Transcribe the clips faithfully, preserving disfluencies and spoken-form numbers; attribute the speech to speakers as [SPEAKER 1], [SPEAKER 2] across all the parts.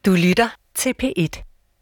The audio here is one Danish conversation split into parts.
[SPEAKER 1] Du lytter til P et.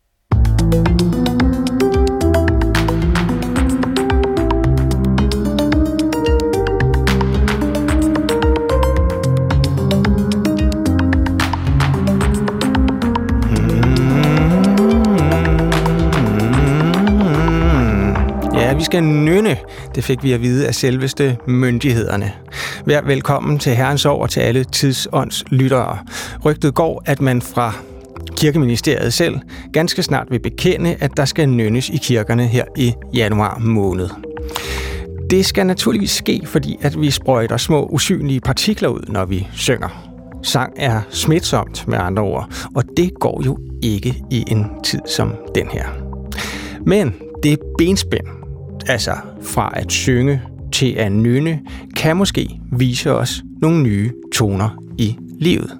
[SPEAKER 2] Ja, vi skal nynne. Det fik vi at vide af selveste myndighederne. Vær velkommen til Herrens År og til alle tidsåndslyttere. Rygtet går, at man fra Kirkeministeriet selv ganske snart vil bekende, at der skal nynnes i kirkerne her i januar måned. Det skal naturligvis ske, fordi at vi sprøjter små usynlige partikler ud, når vi synger. Sang er smitsomt med andre ord, og det går jo ikke i en tid som den her. Men det benspænd, altså fra at synge til at nynne, kan måske vise os nogle nye toner i livet.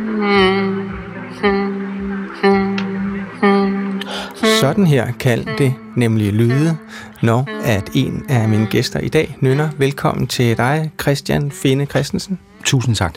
[SPEAKER 2] Sådan her kan det nemlig lyde, når at en af mine gæster i dag nynner. Velkommen til dig, Christian Fenne Christensen.
[SPEAKER 3] Tusind tak.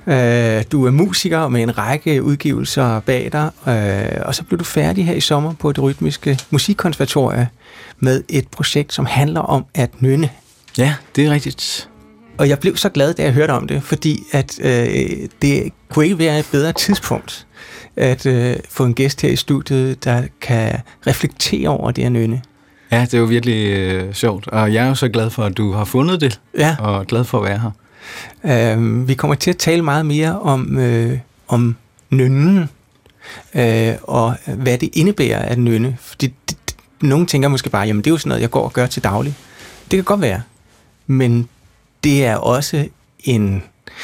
[SPEAKER 2] Du er musiker med en række udgivelser bag dig, og så blev du færdig her i sommer på Det Rytmiske Musikkonservatorium med et projekt, som handler om at nynne.
[SPEAKER 3] Ja, det er rigtigt.
[SPEAKER 2] Og jeg blev så glad, da jeg hørte om det, fordi at øh, det kunne ikke være et bedre tidspunkt at øh, få en gæst her i studiet, der kan reflektere over det at nynne.
[SPEAKER 3] Ja, det er jo virkelig øh, sjovt, og jeg er jo så glad for, at du har fundet det,
[SPEAKER 2] ja.
[SPEAKER 3] Og glad for at være her.
[SPEAKER 2] Øh, vi kommer til at tale meget mere om, øh, om nynnen, øh, og hvad det indebærer at nynne. Fordi det, det, nogle tænker måske bare, jamen det er jo sådan noget, jeg går og gør til daglig. Det kan godt være, men det er også en,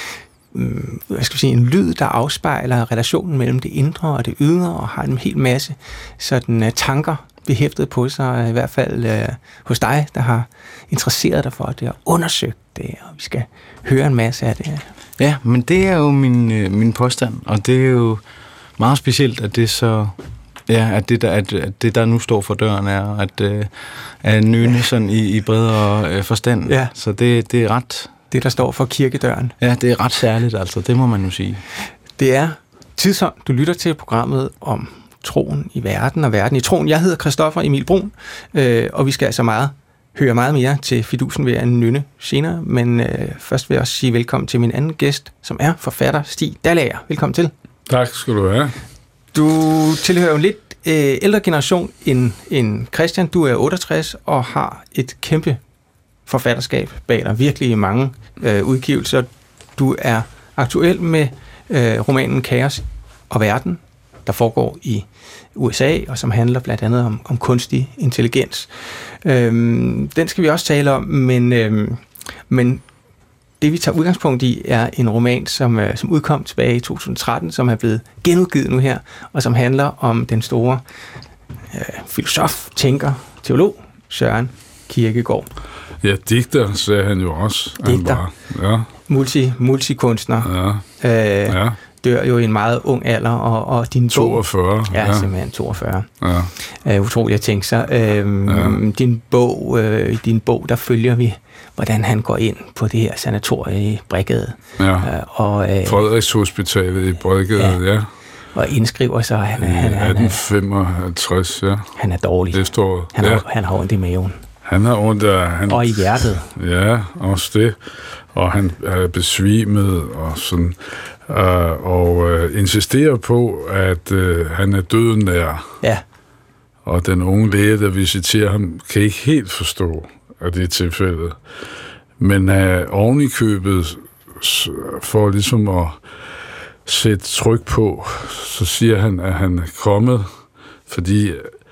[SPEAKER 2] hvad skal jeg sige, en lyd, der afspejler relationen mellem det indre og det ydre, og har en hel masse sådan, uh, tanker behæftet på sig, i hvert fald uh, hos dig, der har interesseret dig for det og undersøgt det, og vi skal høre en masse af det.
[SPEAKER 3] Ja, men det er jo min, øh, min påstand, og det er jo meget specielt, at det så... Ja, at det, der, at, at det, der nu står for døren, er at, øh, at nynne sådan i, i bredere øh, forstand.
[SPEAKER 2] Ja.
[SPEAKER 3] Så det, det er ret...
[SPEAKER 2] Det, der står for kirkedøren.
[SPEAKER 3] Ja, det er ret særligt, altså. Det må man jo sige.
[SPEAKER 2] Det er Tidsånd. Du lytter til programmet om troen i verden og verden i troen. Jeg hedder Christoffer Emil Brun, øh, og vi skal altså meget høre meget mere til fidusen ved at nynne senere. Men øh, først vil jeg også sige velkommen til min anden gæst, som er forfatter Stig Dahlager. Velkommen til.
[SPEAKER 4] Tak skal du have.
[SPEAKER 2] Du tilhører jo en lidt øh, ældre generation end, end Christian. Du er otteogtres og har et kæmpe forfatterskab bag dig. Virkelig mange øh, udgivelser. Du er aktuel med øh, romanen Kaos og Verden, der foregår i U S A, og som handler blandt andet om, om kunstig intelligens. Øhm, den skal vi også tale om, men, øhm, men det vi tager udgangspunkt i er en roman, som, øh, som udkom tilbage i to tusind og tretten, som er blevet genudgivet nu her, og som handler om den store øh, filosof, tænker, teolog Søren Kierkegaard.
[SPEAKER 4] Ja, digter, sagde han jo også.
[SPEAKER 2] Digter.
[SPEAKER 4] Han var, ja.
[SPEAKER 2] Multi, multikunstner.
[SPEAKER 4] Ja.
[SPEAKER 2] Øh,
[SPEAKER 4] ja.
[SPEAKER 2] Dør jo i en meget ung alder, og, og din bog...
[SPEAKER 4] toogfyrre.
[SPEAKER 2] Ja,
[SPEAKER 4] ja.
[SPEAKER 2] simpelthen toogfyrre.
[SPEAKER 4] Ja.
[SPEAKER 2] Uh, utroligt at tænke sig. Uh, ja. Din bog, uh, din bog, der følger vi, hvordan han går ind på det her sanatorie i Bredgade.
[SPEAKER 4] Ja.
[SPEAKER 2] Uh, og, uh,
[SPEAKER 4] Frederikshospitalet i Bredgade, ja. ja.
[SPEAKER 2] Og indskriver sig, han er...
[SPEAKER 4] Han, atten femoghalvtreds, ja.
[SPEAKER 2] Han er dårlig.
[SPEAKER 4] Det står...
[SPEAKER 2] Han,
[SPEAKER 4] ja.
[SPEAKER 2] har, han har ondt i maven.
[SPEAKER 4] Han har ondt af... Han,
[SPEAKER 2] og i hjertet.
[SPEAKER 4] Ja, også det. Og han er besvimet og sådan... Uh, og uh, insisterer på, at uh, han er døden nær.
[SPEAKER 2] Ja.
[SPEAKER 4] Og den unge læge, der visiterer ham, kan ikke helt forstå, at det er tilfældet. Men uh, oven i købet, for ligesom at sætte tryk på, så siger han, at han er kommet, fordi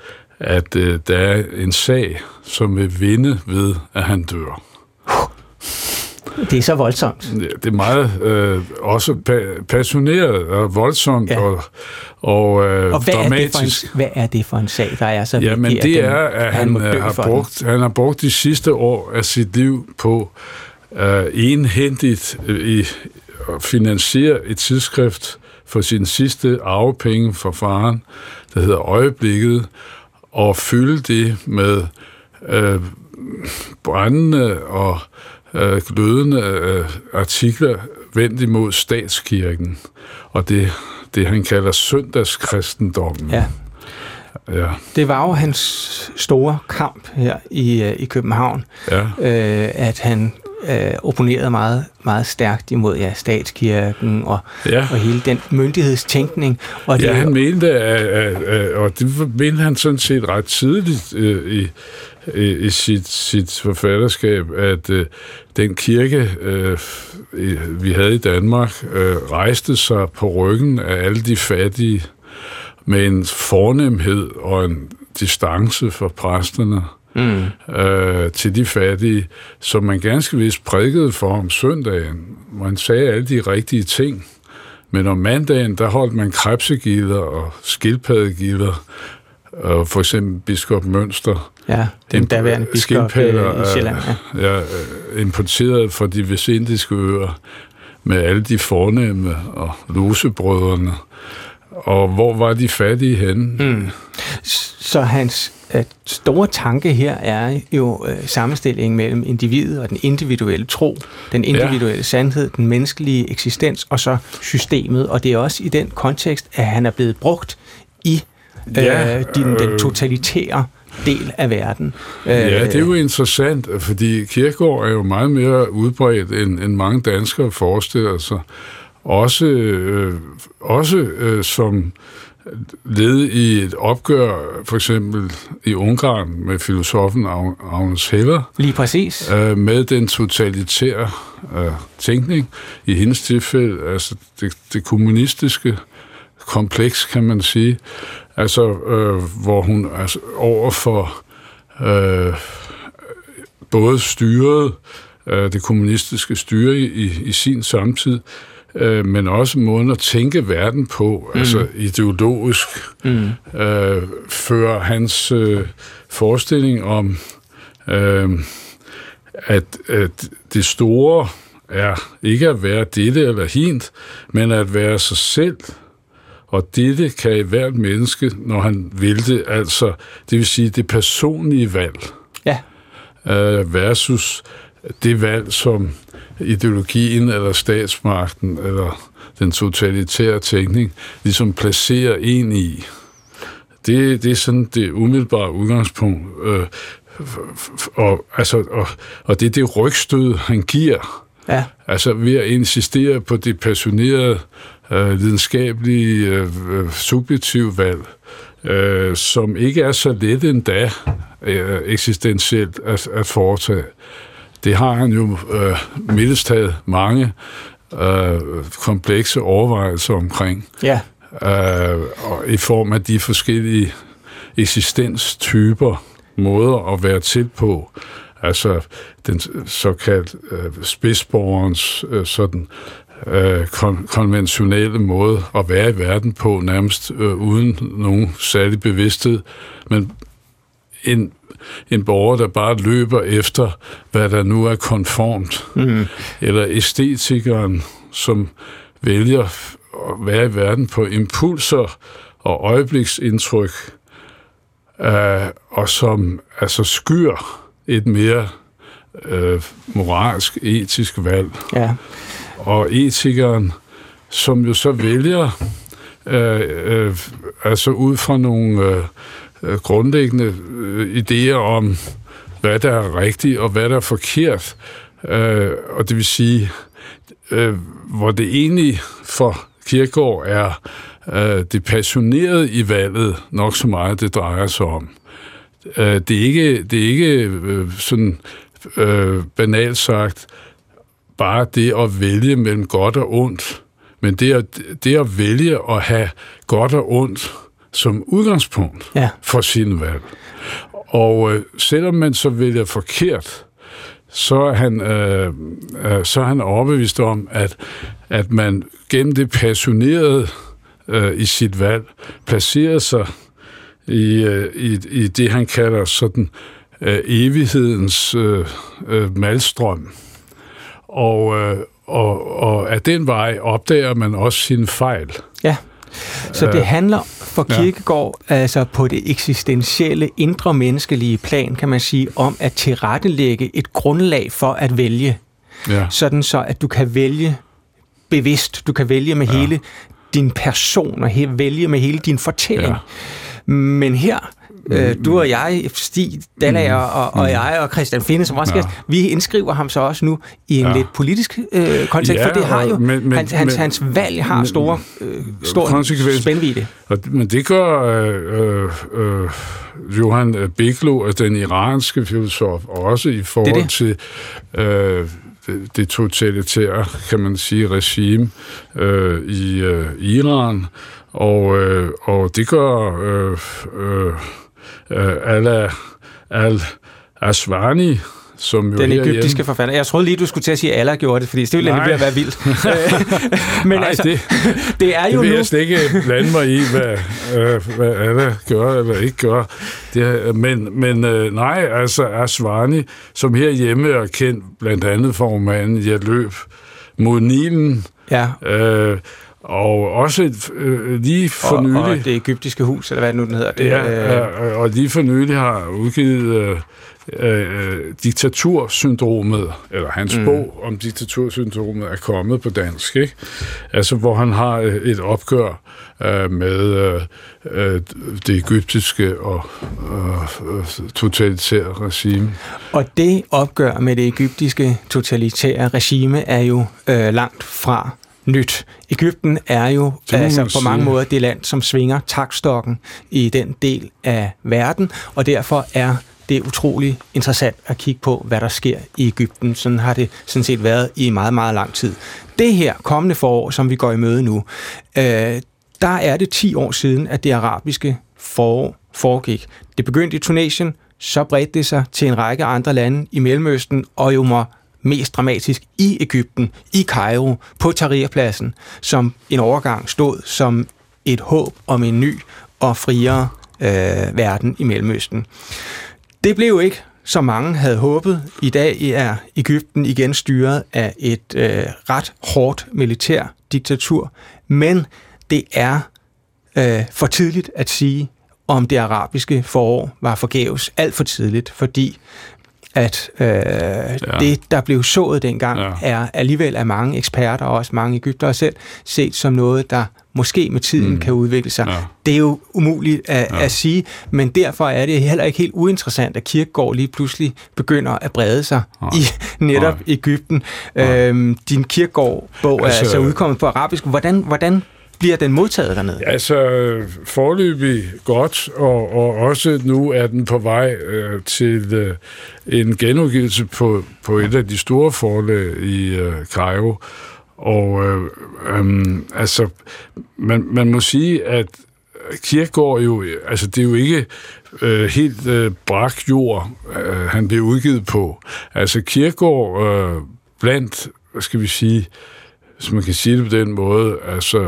[SPEAKER 4] at uh, der er en sag, som vil vinde ved, at han dør.
[SPEAKER 2] Det er så voldsomt.
[SPEAKER 4] Ja, det er meget øh, også pa- passioneret og voldsomt ja. og, og, øh,
[SPEAKER 2] og hvad
[SPEAKER 4] dramatisk.
[SPEAKER 2] Er det for en, hvad er det for en sag, der er så
[SPEAKER 4] vigtig? Ja, men det
[SPEAKER 2] den,
[SPEAKER 4] er, at han, han, har brugt, han har brugt de sidste år af sit liv på øh, enhændigt øh, i at finansiere et tidsskrift for sin sidste arvepenge for faren, der hedder Øjeblikket, og fylde det med øh, brændende og øh, glødende øh, artikler vendt imod statskirken. Og det, det, han kalder søndagskristendommen.
[SPEAKER 2] Ja.
[SPEAKER 4] Ja.
[SPEAKER 2] Det var jo hans store kamp her i, i København,
[SPEAKER 4] Ja.
[SPEAKER 2] øh, at han øh, opponerede meget, meget stærkt imod ja, statskirken og,
[SPEAKER 4] Ja.
[SPEAKER 2] og hele den myndighedstænkning. Og det,
[SPEAKER 4] Ja, han mente, at, at, at, og det mente han sådan set ret tidligt øh, i, i, i sit, sit forfatterskab, at øh, den kirke, øh, vi havde i Danmark, øh, rejste sig på ryggen af alle de fattige med en fornemhed og en distance for præsterne mm. øh, til de fattige, som man ganske vist prædikede for om søndagen. Man sagde alle de rigtige ting, men om mandagen, der holdt man krebsegilder og skildpaddegilder, og for eksempel biskop Mønster.
[SPEAKER 2] Ja, den daværende biskop i Sjælland.
[SPEAKER 4] Ja. Ja, importeret fra de vestindiske øer med alle de fornemme og lusebrødrene. Og hvor var de fattige henne?
[SPEAKER 2] Mm. Så hans øh, store tanke her er jo øh, sammenstillingen mellem individet og den individuelle tro, den individuelle ja. sandhed, den menneskelige eksistens, og så systemet. Og det er også i den kontekst, at han er blevet brugt i øh, ja, din, den totalitære del af verden.
[SPEAKER 4] Ja, det er jo interessant, fordi Kierkegaard er jo meget mere udbredt, end, end mange danskere forestiller sig. Også, øh, også øh, som led i et opgør, for eksempel i Ungarn med filosofen Agnes Heller.
[SPEAKER 2] Lige præcis.
[SPEAKER 4] Øh, med den totalitære øh, tænkning. I hendes tilfælde, altså det, det kommunistiske kompleks, kan man sige. Altså, øh, hvor hun altså, overfor øh, både styrede øh, det kommunistiske styre i, i sin samtid, øh, men også måden at tænke verden på, mm. altså ideologisk, mm. øh, før hans øh, forestilling om, øh, at, at det store er ikke at være dette eller hint, men at være sig selv. Og dette kan i hvert menneske, når han vil det, altså, det vil sige det personlige valg,
[SPEAKER 2] ja.
[SPEAKER 4] øh, versus det valg, som ideologien eller statsmagten eller den totalitære tænkning ligesom placerer en i. Det, det er sådan det umiddelbare udgangspunkt. Øh, og, altså, og, og det er det rygstød, han giver.
[SPEAKER 2] Ja.
[SPEAKER 4] Altså ved at insistere på det passionerede, øh, lidenskabelige, øh, subjektive valg, øh, som ikke er så let endda øh, eksistentielt at, at foretage. Det har han jo øh, mildest taget mange øh, komplekse overvejelser omkring.
[SPEAKER 2] Ja.
[SPEAKER 4] Øh, og i form af de forskellige eksistenstyper, måder at være til på. Altså den såkaldt øh, spidsborgerens øh, sådan øh, kon- konventionelle måde at være i verden på, nærmest øh, uden nogen særlig bevidsthed, men en, en borger, der bare løber efter, hvad der nu er konformt. Mm. Eller æstetikeren, som vælger at være i verden på impulser og øjebliksindtryk, øh, og som altså skyr et mere øh, moralsk, etisk valg.
[SPEAKER 2] Ja.
[SPEAKER 4] Og etikeren, som jo så vælger, øh, øh, altså ud fra nogle øh, grundlæggende øh, idéer om, hvad der er rigtigt og hvad der er forkert. Øh, og det vil sige, øh, hvor det egentlig for Kierkegaard er øh, det passionerede i valget nok så meget, det drejer sig om. Det er ikke, det er ikke øh, sådan øh, banalt sagt bare det at vælge mellem godt og ondt, men det at, det at vælge at have godt og ondt som udgangspunkt ja. for sine valg. Og øh, selvom man så vælger forkert, så er han, øh, øh, så er han overbevist om, at, at man gennem det passionerede øh, i sit valg placerer sig I, i, i det, han kalder sådan uh, evighedens uh, uh, malstrøm. Og, uh, og, og af den vej opdager man også sine fejl.
[SPEAKER 2] Ja, så det handler for Kierkegaard ja. altså på det eksistentielle, indre menneskelige plan, kan man sige, om at tilrettelægge et grundlag for at vælge. Ja. Sådan så, at du kan vælge bevidst, du kan vælge med ja. hele din person og he, vælge med hele din fortælling. Ja. Men her, øh, du og jeg, Stig Dallager og, og jeg og Christian Finne, som også ja. vi indskriver ham så også nu i en ja. lidt politisk øh, kontekst, ja, for det har jo, men, men, hans, hans, hans valg har store, øh, stor spændvidde.
[SPEAKER 4] Men det gør øh, øh, Johan Biglo, den iranske filosof, også i forhold det det. til øh, det totalitære, kan man sige, regime øh, i øh, Iran, og, øh, og det gør øh, øh, Al Al-Aswani, som jo
[SPEAKER 2] den egyptiske forfatter. Jeg troede lige, du skulle til at sige, at Allah gjorde det, fordi det ville nemlig være vildt. Men
[SPEAKER 4] Nej,
[SPEAKER 2] altså,
[SPEAKER 4] det,
[SPEAKER 2] det er jo
[SPEAKER 4] det vil
[SPEAKER 2] nu...
[SPEAKER 4] jeg slet ikke blande mig i, hvad, øh, hvad Allah gør eller ikke gør. Det, men men øh, nej, altså Aswani, som herhjemme er kendt blandt andet for romanen Jeg løb mod Nilen,
[SPEAKER 2] ja.
[SPEAKER 4] øh, og også øh, lige for nylig...
[SPEAKER 2] Og, og det egyptiske hus, eller hvad nu den hedder. Det,
[SPEAKER 4] ja, øh, og lige for nylig har udgivet øh, øh, diktatursyndromet, eller hans mm. bog om diktatursyndromet er kommet på dansk, ikke? Altså, hvor han har et opgør øh, med øh, det egyptiske og øh, totalitære regime.
[SPEAKER 2] Og det opgør med det egyptiske totalitære regime er jo øh, langt fra nyt. Egypten er jo altså på mange måder det land, som svinger taktstokken i den del af verden, og derfor er det utrolig interessant at kigge på, hvad der sker i Egypten. Sådan har det sådan set været i meget, meget lang tid. Det her kommende forår, som vi går i møde nu, øh, der er det ti år siden, at det arabiske forår foregik. Det begyndte i Tunesien, så bredte det sig til en række andre lande i Mellemøsten, og jo må mest dramatisk i Egypten, i Kairo, på Tahrirpladsen, som en overgang stod som et håb om en ny og friere øh, verden i Mellemøsten. Det blev ikke, som mange havde håbet. I dag er Egypten igen styret af et øh, ret hårdt militær diktatur, men det er øh, for tidligt at sige, om det arabiske forår var forgæves. Alt for tidligt, fordi at øh, ja. det, der blev sået dengang, ja. er alligevel af mange eksperter, og også mange egyptere selv, set som noget, der måske med tiden mm. kan udvikle sig. Ja. Det er jo umuligt at, ja. at sige, men derfor er det heller ikke helt uinteressant, at Kierkegaard lige pludselig begynder at brede sig ja. i netop ja. Egypten. Ja. Øhm, din Kierkegaard-bog altså, er altså udkommet på arabisk. Hvordan, hvordan bliver den modtaget dernede?
[SPEAKER 4] Altså, foreløbig godt, og, og også nu er den på vej øh, til øh, en genudgivelse på, på et af de store forlag i øh, Kairo. Og øh, øh, altså, man, man må sige, at Kierkegaard jo, altså det er jo ikke øh, helt øh, brak jord, øh, han blev udgivet på. Altså Kierkegaard øh, blandt, hvad skal vi sige, hvis man kan sige det på den måde, altså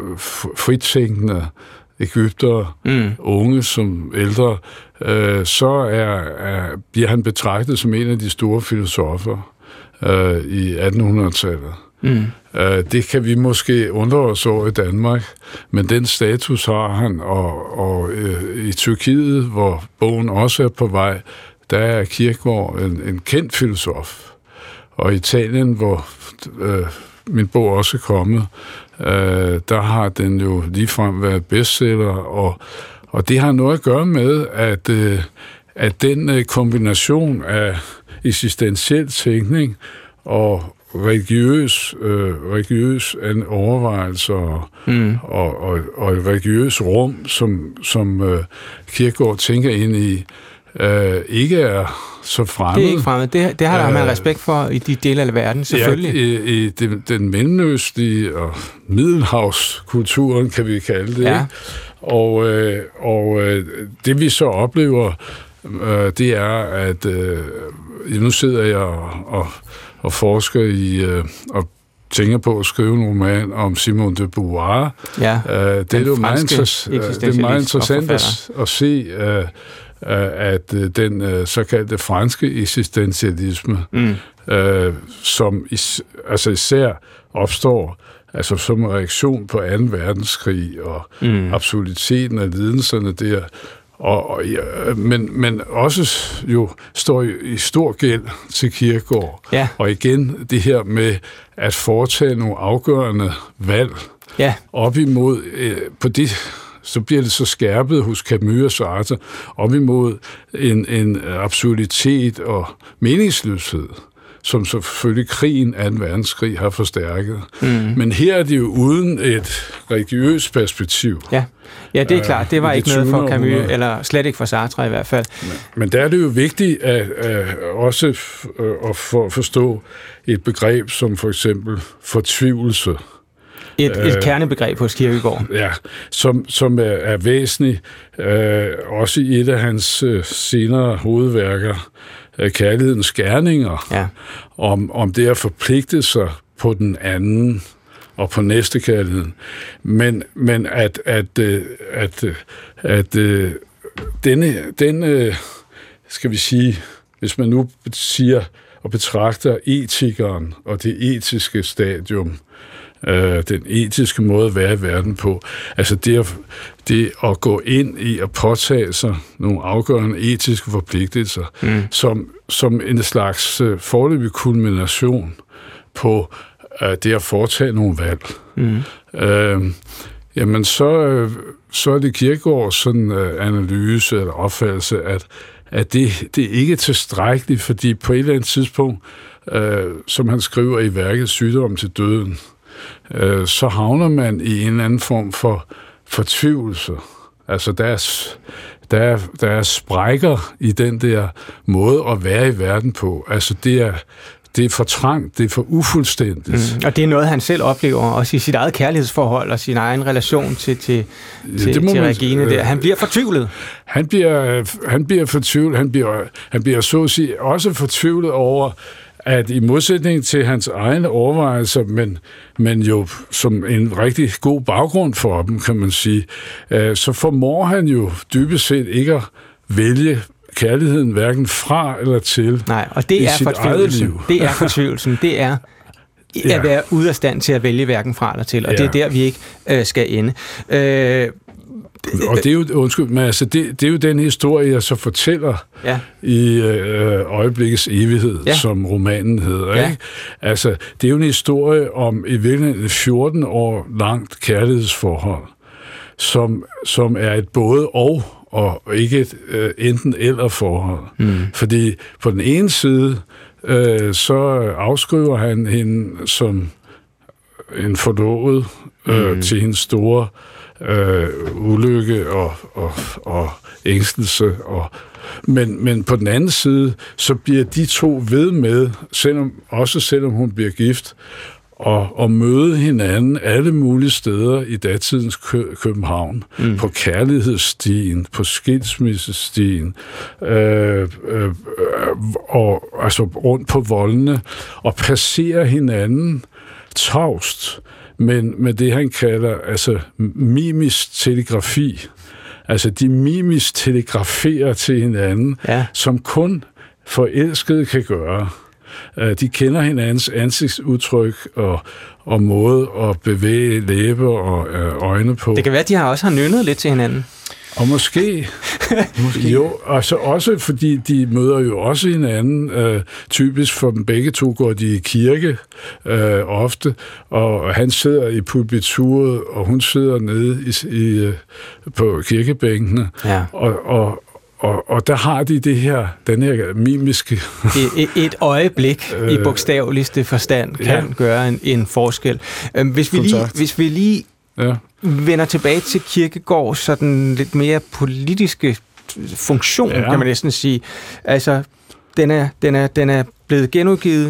[SPEAKER 4] fritænkende egyptere, mm. unge som ældre, øh, så er, er, bliver han betragtet som en af de store filosofer øh, i attenhundredetallet. Mm. Øh, det kan vi måske undre os over i Danmark, men den status har han, og, og øh, i Tyrkiet, hvor bogen også er på vej, der er Kierkegaard en, en kendt filosof. Og i Italien, hvor øh, min bog også er kommet, øh, der har den jo ligefrem været bestseller, og, og det har noget at gøre med, at, øh, at den øh, kombination af eksistentiel tænkning og religiøs, øh, religiøs overvejelser mm. og, og, og et religiøs rum, som, som øh, Kierkegaard tænker ind i, øh, ikke er så fremmed.
[SPEAKER 2] Det er ikke fremmed. Det, det har der man respekt for i de dele af verden, selvfølgelig.
[SPEAKER 4] Ja, i, i den, den mellemøstlige og middelhavskulturen, kan vi kalde det. Ja. Og, øh, og øh, det vi så oplever, øh, det er, at øh, nu sidder jeg og, og, og forsker i, øh, og tænker på at skrive en roman om Simone de Beauvoir. Ja, øh, det, er jo meget inter- det er meget interessant at, at se, øh, at den såkaldte franske eksistentialisme, mm. øh, som is, altså især opstår altså som en reaktion på anden verdenskrig og mm. absurditeten af lidelserne der, og, og, ja, men, men også jo står i, i stor gæld til Kierkegaard. Ja. Og igen det her med at foretage nogle afgørende valg,
[SPEAKER 2] Ja.
[SPEAKER 4] Op imod, øh, på det, så bliver det så skærpet hos Camus og Sartre, op imod en, en absurditet og meningsløshed, som selvfølgelig krigen, anden verdenskrig, har forstærket. Mm. Men her er det jo uden et religiøst perspektiv.
[SPEAKER 2] Ja, ja det er klart. Det var
[SPEAKER 4] uh,
[SPEAKER 2] ikke noget for Camus, eller slet ikke for Sartre i hvert fald.
[SPEAKER 4] Men, men der er det jo vigtigt at, at også at for, forstå et begreb som for eksempel fortvivlelse.
[SPEAKER 2] Et, et kernebegreb hos Kierkegaard.
[SPEAKER 4] Ja, som, som er, er væsentligt, øh, også i et af hans øh, senere hovedværker, øh, Kærlighedens gerninger, ja. om, om det at forpligte sig på den anden og på næstekærligheden. Men, men at, at, at, at, at, at denne, denne, skal vi sige, hvis man nu siger og betragter etikeren og det etiske stadium, Øh, den etiske måde at være i verden på. Altså det at, det at gå ind i at påtage sig nogle afgørende etiske forpligtelser, mm. som, som en slags øh, foreløbig kulmination på øh, det at foretage nogle valg. Mm. Øh, jamen så, øh, så er det Kierkegaards sådan øh, analyse eller opfattelse, at, at det, det er ikke tilstrækkeligt, fordi på et eller andet tidspunkt, øh, som han skriver i værket Sygdom til døden, så havner man i en eller anden form for fortvivlelse. Altså, der er, der er, der er sprækker i den der måde at være i verden på. Altså, det er, det er for trangt, det er for ufuldstændigt. Mm.
[SPEAKER 2] Og det er noget, han selv oplever, også i sit eget kærlighedsforhold og sin egen relation til, til, ja, til, til man, Regine der. Han bliver fortvivlet.
[SPEAKER 4] Han bliver, han bliver fortvivlet. Han bliver, han bliver så at sige også fortvivlet over, at i modsætning til hans egne overvejelser, men, men jo som en rigtig god baggrund for dem, kan man sige, øh, så formår han jo dybest set ikke at vælge kærligheden hverken fra eller til.
[SPEAKER 2] Nej, og det er fortvivlelsen. Det er fortvivlelsen. Det er at være ude af stand til at vælge hverken fra eller til, og ja. Det er der, vi ikke øh, skal ende. Øh,
[SPEAKER 4] Og det er jo, undskyld, men altså, det, det er jo den historie, jeg så fortæller ja. i øh, øjeblikkets evighed, ja. som romanen hedder. Ja. Ikke? Altså, det er jo en historie om i virkeligheden et fjorten år langt kærlighedsforhold, som, som er et både og, og ikke et øh, enten eller forhold. Mm. Fordi på den ene side, øh, så afskriver han hende som en forlovet øh, mm. til hendes store Øh, ulykke og, og, og ængstelse. Og, men, men på den anden side, så bliver de to ved med, selvom, også selvom hun bliver gift, og, og møde hinanden alle mulige steder i datidens Kø- København. Mm. På kærlighedsstien, på skilsmissestien, øh, øh, og altså rundt på voldene, og passere hinanden tavst, men med det, han kalder altså mimisk telegrafi. Altså, de mimisk telegraferer til hinanden, ja. Som kun forelskede kan gøre. De kender hinandens ansigtsudtryk og, og måde at bevæge læber og øjne på.
[SPEAKER 2] Det kan være, at de har også har nynnet lidt til hinanden.
[SPEAKER 4] Og måske, måske. Jo, altså også fordi de møder jo også hinanden. Øh, typisk for dem begge to går de i kirke øh, ofte, og han sidder i pulpituret, og hun sidder nede i, i, på kirkebænkene. Ja. Og, og, og, og der har de det her, den her mimiske...
[SPEAKER 2] Et, et øjeblik i bogstaveligste forstand kan ja. gøre en, en forskel. Hvis vi lige... Hvis vi lige ja. vender tilbage til Kierkegaard, sådan lidt mere politiske funktion, ja. kan man næsten sige. Altså, den er, den er, den er blevet genudgivet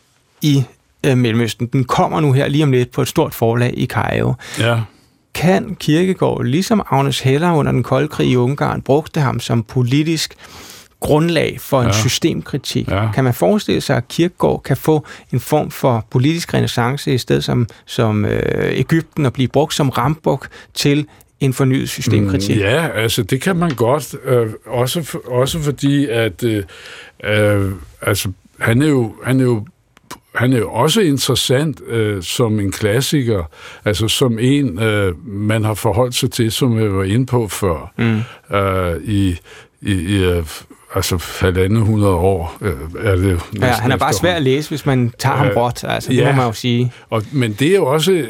[SPEAKER 2] i øh, Mellemøsten. Den kommer nu her lige om lidt på et stort forlag i Kairo. Ja. Kan Kierkegaard, ligesom Agnes Heller under den kolde krig i Ungarn, brugte ham som politisk grundlag for en ja. systemkritik. Ja. Kan man forestille sig, at Kierkegaard kan få en form for politisk renæssance i stedet som, som øh, Egypten og blive brugt som rambuk til en fornyet systemkritik?
[SPEAKER 4] Mm, ja, altså det kan man godt. Øh, også, for, også fordi, at øh, øh, altså, han er jo, han er jo Han er jo også interessant øh, som en klassiker, altså som en, øh, man har forholdt sig til, som jeg var inde på før, mm. øh, i, i, i øh, altså halvandet hundrede år. Øh, er det
[SPEAKER 2] ja, han er bare svær at læse, hvis man tager øh, ham råt, altså, det ja, må man jo sige.
[SPEAKER 4] Og, men det er jo også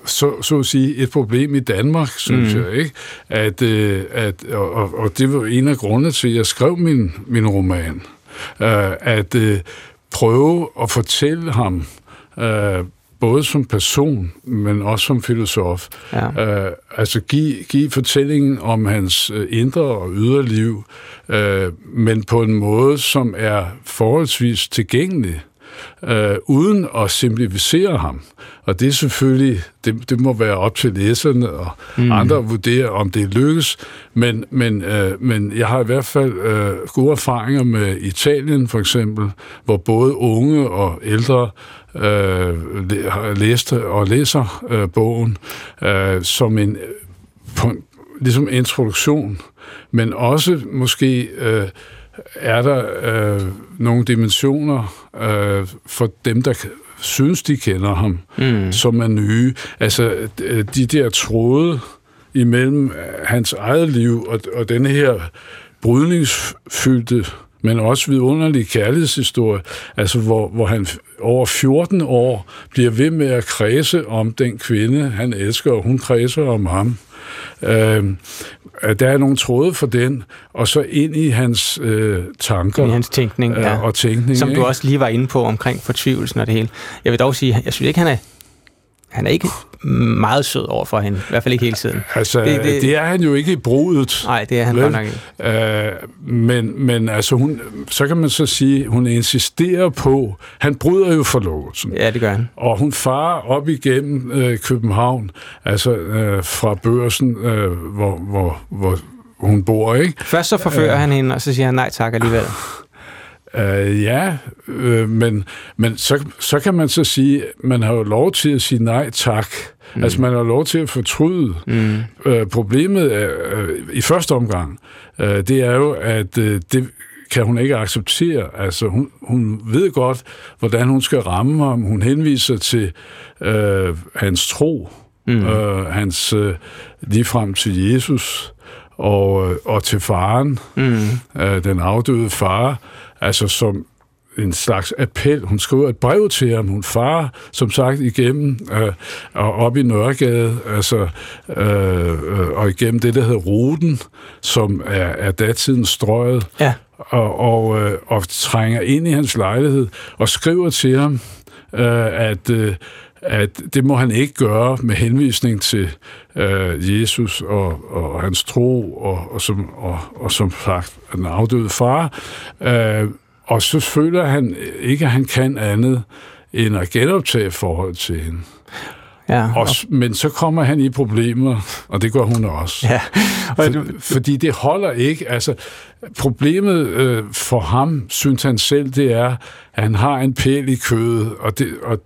[SPEAKER 4] så, så at sige, et problem i Danmark, synes mm. jeg, ikke? At, øh, at, og, og det var en af grundene til, at jeg skrev min, min roman. Øh, at øh, prøve at fortælle ham, øh, både som person, men også som filosof. Ja. Øh, altså give, give fortællingen om hans øh, indre og ydre liv, øh, men på en måde, som er forholdsvis tilgængelig, øh, uden at simplificere ham. Og det er selvfølgelig, det, det må være op til læserne og mm. andre at vurdere, om det lykkes. Men, men, øh, men jeg har i hvert fald øh, gode erfaringer med Italien, for eksempel, hvor både unge og ældre øh, læste og læser øh, bogen øh, som en på, ligesom introduktion, men også måske øh, er der øh, nogle dimensioner øh, for dem, der synes, de kender ham, mm. som er nye. Altså, de der tråde imellem hans eget liv og, og denne her brydningsfyldte, men også vidunderlige kærlighedshistorie, altså hvor, hvor han over fjorten år bliver ved med at kredse om den kvinde, han elsker, og hun kredser om ham. Øh, der er nogle tråde for den, og så ind i hans øh, tanker.
[SPEAKER 2] I hans tænkning, ja.
[SPEAKER 4] øh, og tænkning.
[SPEAKER 2] Som du
[SPEAKER 4] ikke?
[SPEAKER 2] også lige var inde på omkring fortvivlelsen og det hele. Jeg vil dog sige, jeg synes ikke, han er Han er ikke meget sød over for hende, i hvert fald ikke hele tiden.
[SPEAKER 4] Altså, det, det, det er han jo ikke i brudet.
[SPEAKER 2] Nej, det er han godt nok ikke.
[SPEAKER 4] Øh, men, men altså, hun, så kan man så sige, hun insisterer på, han bryder jo forlovelsen.
[SPEAKER 2] Ja, det gør han.
[SPEAKER 4] Og hun farer op igennem øh, København, altså øh, fra Børsen, øh, hvor, hvor, hvor hun bor, ikke?
[SPEAKER 2] Først så forfører øh, han hende, og så siger han nej tak alligevel.
[SPEAKER 4] Uh, ja, øh, men, men så, så kan man så sige, man har jo lov til at sige nej tak. Mm. Altså, man har lov til at fortryde. Mm. Uh, problemet er, uh, i første omgang, uh, det er jo, at uh, det kan hun ikke acceptere. Altså, hun, hun ved godt, hvordan hun skal ramme ham. Hun henviser til uh, hans tro, mm. uh, hans uh, ligefrem til Jesus og, og til faren, mm. uh, den afdøde far, altså som en slags appel. Hun skriver et brev til ham. Hun farer, som sagt, igennem øh, og op i Nørregade, altså, øh, øh, og igennem det, der hedder Ruten, som er, er datidens Strøget, ja. og, og, øh, og trænger ind i hans lejlighed og skriver til ham, øh, at, øh, at det må han ikke gøre med henvisning til øh, Jesus og, og hans tro, og, og, som, og, og som sagt, den afdøde far. Øh, og så føler han ikke, at han kan andet end at genoptage forhold til hende. Ja, og... Og, men så kommer han i problemer, og det gør hun også. Ja. For, fordi det holder ikke. Altså, problemet øh, for ham, synes han selv, det er, at han har en pæl i kødet, og det... Og,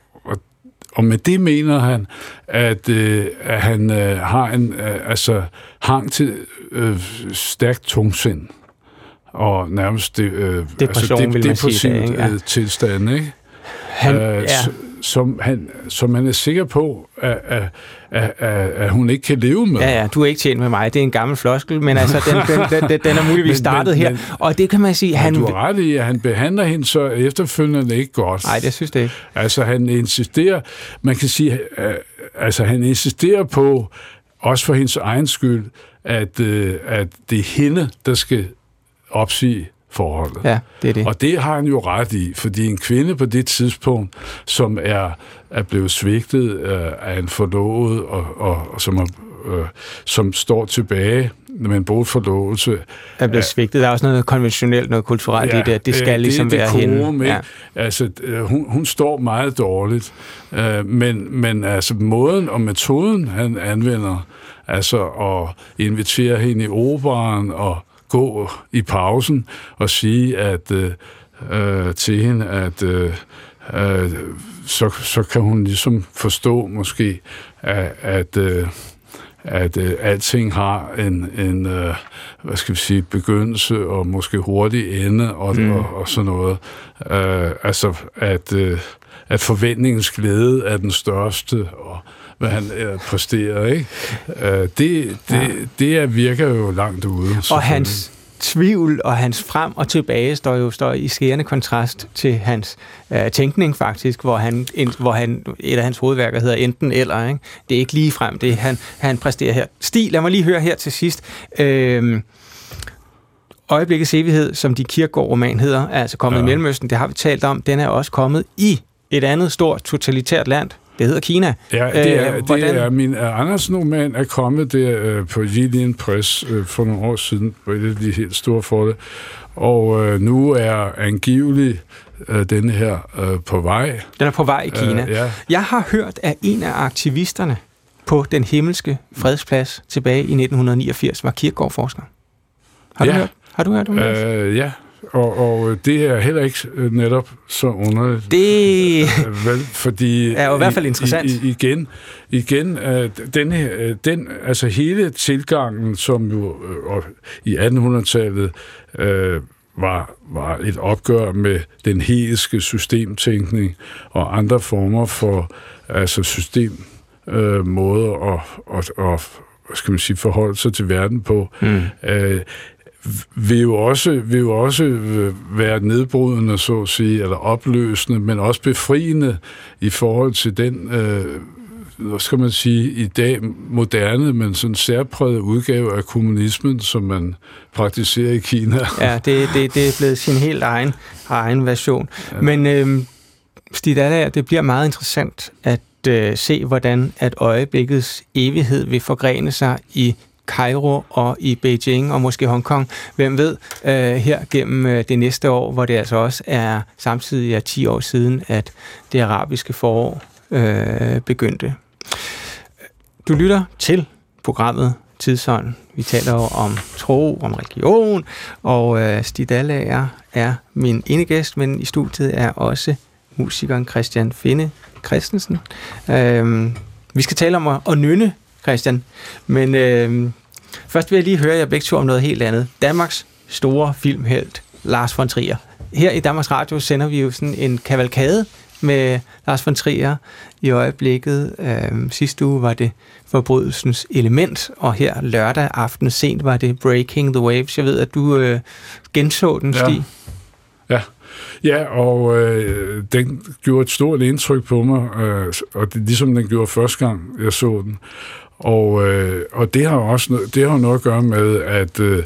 [SPEAKER 4] Og med det mener han, at, øh, at han øh, har en øh, altså hang til øh, stærkt tungsind. Og nærmest det, øh,
[SPEAKER 2] depression,
[SPEAKER 4] altså, det,
[SPEAKER 2] vil
[SPEAKER 4] det
[SPEAKER 2] man
[SPEAKER 4] på
[SPEAKER 2] sige
[SPEAKER 4] sin
[SPEAKER 2] det, ikke? Ja.
[SPEAKER 4] tilstand, ikke?
[SPEAKER 2] Han,
[SPEAKER 4] øh,
[SPEAKER 2] ja.
[SPEAKER 4] som, han, som han er sikker på, at, at, at, at hun ikke kan leve med.
[SPEAKER 2] Ja, ja, du er ikke tjent med mig. Det er en gammel floskel, men altså, den, den, den, den er muligvis startet men, her. Men, og det kan man sige... Han,
[SPEAKER 4] du har ret i, at han behandler hende så efterfølgende ikke godt.
[SPEAKER 2] Nej, det synes det ikke.
[SPEAKER 4] Altså, han insisterer... Man kan sige, uh, altså, han insisterer på, også for hendes egen skyld, at, uh, at det er hende, der skal opsige forholdet.
[SPEAKER 2] Ja, det er det.
[SPEAKER 4] Og det har han jo ret i, fordi en kvinde på det tidspunkt, som er, er blevet svigtet øh, af en forlovet, og, og, og som, er, øh, som står tilbage med en bortforlovelse.
[SPEAKER 2] Er blevet svigtet. Der er også noget konventionelt, noget kulturelt ja, i det. Det skal øh, ligesom det, være det hende.
[SPEAKER 4] Ja. Altså, øh, hun, hun står meget dårligt. Øh, men, men altså, måden og metoden, han anvender, altså at invitere hende i operaen og gå i pausen og sige at øh, til hende, at øh, øh, så, så kan hun ligesom forstå måske, at, at, øh, at øh, alting har en, en øh, hvad skal vi sige, begyndelse og måske hurtig ende og, mm. og, og sådan noget. Øh, altså, at, øh, at forventningens glæde er den største, og hvad han øh, præsterer, ikke? Øh, det, det, ja. det er, virker jo langt ude.
[SPEAKER 2] Og hans tvivl og hans frem og tilbage står jo står i skærende kontrast til hans øh, tænkning faktisk, hvor han, en, hvor han et af hans hovedværker hedder enten eller, ikke? Det er ikke lige frem, det han, han præsterer her. Stig, lad mig lige høre her til sidst. Øh, Øjeblikkets evighed, som de Kierkegaard-roman hedder, er altså kommet ja. i Mellemøsten, det har vi talt om, den er også kommet i et andet stort totalitært land. Det hedder Kina.
[SPEAKER 4] Ja, det er, øh, det er min uh, Andersen-roman er kommet der uh, på Jilin Press uh, for nogle år siden, på et af de helt store forlag. Og uh, nu er angiveligt uh, denne her uh, på vej.
[SPEAKER 2] Den er på vej i Kina. Uh, ja. Jeg har hørt, at en af aktivisterne på Den Himmelske Fredsplads tilbage i nitten niogfirs var Kierkegaard-forsker. Har
[SPEAKER 4] ja.
[SPEAKER 2] du hørt? Har du hørt om det?
[SPEAKER 4] Uh, ja. Og, og det er heller ikke netop så underligt.
[SPEAKER 2] Det
[SPEAKER 4] vel, fordi
[SPEAKER 2] er jo i hvert fald interessant.
[SPEAKER 4] I, igen, igen uh, den, uh, den, altså hele tilgangen, som jo uh, i attenhundredetallet uh, var, var et opgør med den hegeliske systemtænkning og andre former for altså systemmåder uh, at, at, at skal man sige, forholde sig til verden på. Mm. Uh, vil jo også, vil jo også være nedbrydende, så at sige, eller opløsende, men også befriende i forhold til den, øh, hvad skal man sige, i dag moderne, men sådan særpræget udgave af kommunismen, som man praktiserer i Kina.
[SPEAKER 2] Ja, det, det, det er blevet sin helt egen, egen version. Ja. Men øh, Stig Dahlager, det bliver meget interessant at øh, se, hvordan at øjeblikkets evighed vil forgrene sig i Kairo og i Beijing og måske Hongkong. Hvem ved, øh, her gennem øh, det næste år, hvor det altså også er samtidig er ti år siden, at det arabiske forår øh, begyndte. Du lytter til programmet Tidsånd. Vi taler jo om tro, om religion, og øh, Stig Dahlager er min ene gæst, men i studiet er også musikeren Christian Finne Christensen. Øh, vi skal tale om at, at nynne, Christian, men øh, først vil jeg lige høre jer begge to om noget helt andet. Danmarks store filmhelt, Lars von Trier. Her i Danmarks Radio sender vi jo sådan en kavalkade med Lars von Trier i øjeblikket. Øh, sidste uge var det Forbrydelsens Element, og her lørdag aften sent var det Breaking the Waves. Jeg ved, at du øh, genså den, Stig.
[SPEAKER 4] Ja. Ja. Ja, og øh, den gjorde et stort indtryk på mig, øh, og det, ligesom den gjorde første gang, jeg så den. Og, øh, og det har også det har noget at gøre med, at øh,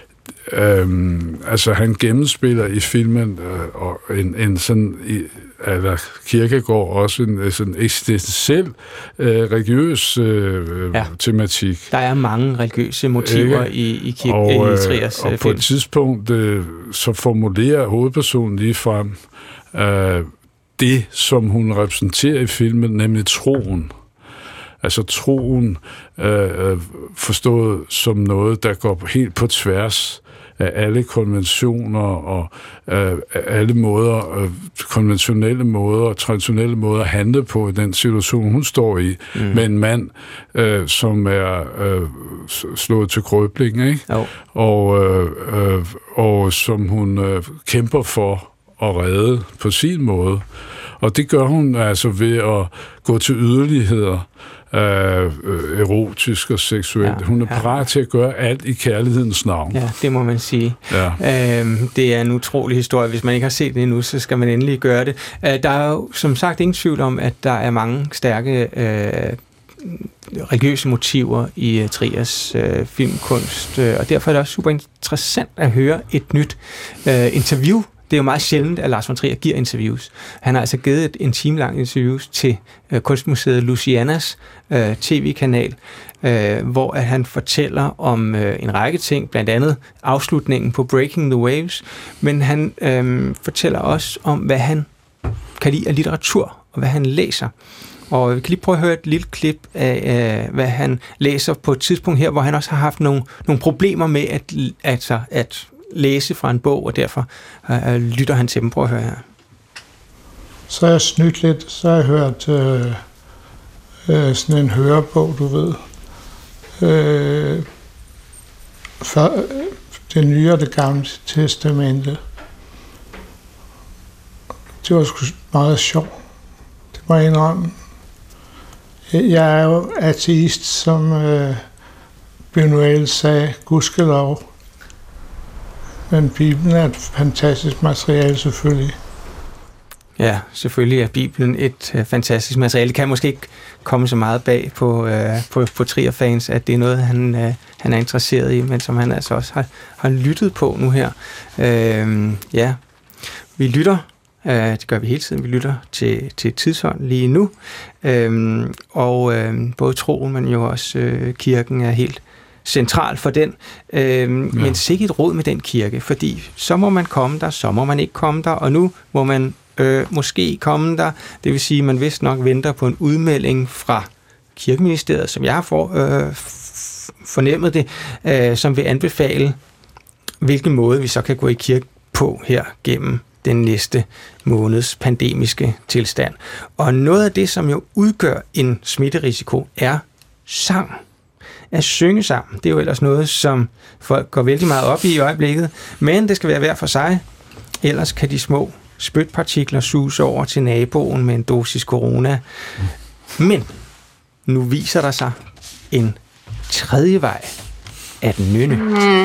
[SPEAKER 4] øh, altså, han gennemspiller i filmen øh, og en, en sådan, i, eller Kierkegaard også en sådan eksistentiel øh, religiøs øh, ja. tematik.
[SPEAKER 2] Der er mange religiøse motiver øh, i, i, Kir-
[SPEAKER 4] og,
[SPEAKER 2] i Triers
[SPEAKER 4] og
[SPEAKER 2] film.
[SPEAKER 4] på et tidspunkt øh, så formulerer hovedpersonen lige frem øh, det, som hun repræsenterer i filmen, nemlig troen. Altså troen øh, forstået som noget, der går helt på tværs af alle konventioner og øh, alle måder, øh, konventionelle måder og traditionelle måder at handle på i den situation, hun står i, mm. med en mand, øh, som er øh, slået til krøbling, ikke? Oh. Og, øh, øh, og som hun øh, kæmper for at redde på sin måde. Og det gør hun altså ved at gå til yderligheder, Øh, øh, erotisk og seksuelt. Ja, hun er parat ja. til at gøre alt i kærlighedens navn.
[SPEAKER 2] Ja, det må man sige. Ja. Øhm, det er en utrolig historie. Hvis man ikke har set det endnu, så skal man endelig gøre det. Øh, der er jo som sagt ingen tvivl om, at der er mange stærke øh, religiøse motiver i uh, Triers øh, filmkunst, øh, og derfor er det også super interessant at høre et nyt øh, interview. Det er jo meget sjældent, at Lars von Trier giver interviews. Han har altså givet et, en time lang interviews til øh, Kunstmuseet Lucianas øh, tv-kanal, øh, hvor at han fortæller om øh, en række ting, blandt andet afslutningen på Breaking the Waves, men han øh, fortæller også om, hvad han kan lide af litteratur, og hvad han læser. Og vi kan lige prøve at høre et lille klip af, øh, hvad han læser på et tidspunkt her, hvor han også har haft nogle, nogle problemer med at, altså, at læse fra en bog, og derfor øh, lytter han til dem. Prøv at høre her.
[SPEAKER 1] Så har jeg snydt lidt, så har jeg hørt øh, øh, sådan en hørebog, du ved. Øh, for, øh, det nye og det gamle testamente. Det var sgu meget sjovt. Det må jeg indrømme. Jeg er jo ateist, som øh, Buñuel sagde, gudskelov. Men Bibelen er et fantastisk materiale, selvfølgelig.
[SPEAKER 2] Ja, selvfølgelig er Bibelen et uh, fantastisk materiale. Det kan måske ikke komme så meget bag på, uh, på, på Trier-fans, at det er noget, han, uh, han er interesseret i, men som han altså også har, har lyttet på nu her. Uh, ja, vi lytter, uh, det gør vi hele tiden, vi lytter til, til tidsånd lige nu, uh, og uh, både troen, men jo også uh, kirken er helt central for den, øh, ja. Men sikkert råd med den kirke, fordi så må man komme der, så må man ikke komme der, og nu må man øh, måske komme der, det vil sige, at man vist nok venter på en udmelding fra Kirkeministeriet, som jeg har for, øh, fornemmet det, øh, som vil anbefale, hvilken måde vi så kan gå i kirke på her gennem den næste måneds pandemiske tilstand. Og noget af det, som jo udgør en smitterisiko, er sang. At synge sammen. Det er jo ellers noget, som folk går vældig meget op i i øjeblikket, men det skal være hver for sig. Ellers kan de små spytpartikler suse over til naboen med en dosis corona. Men nu viser der sig en tredje vej at nynne.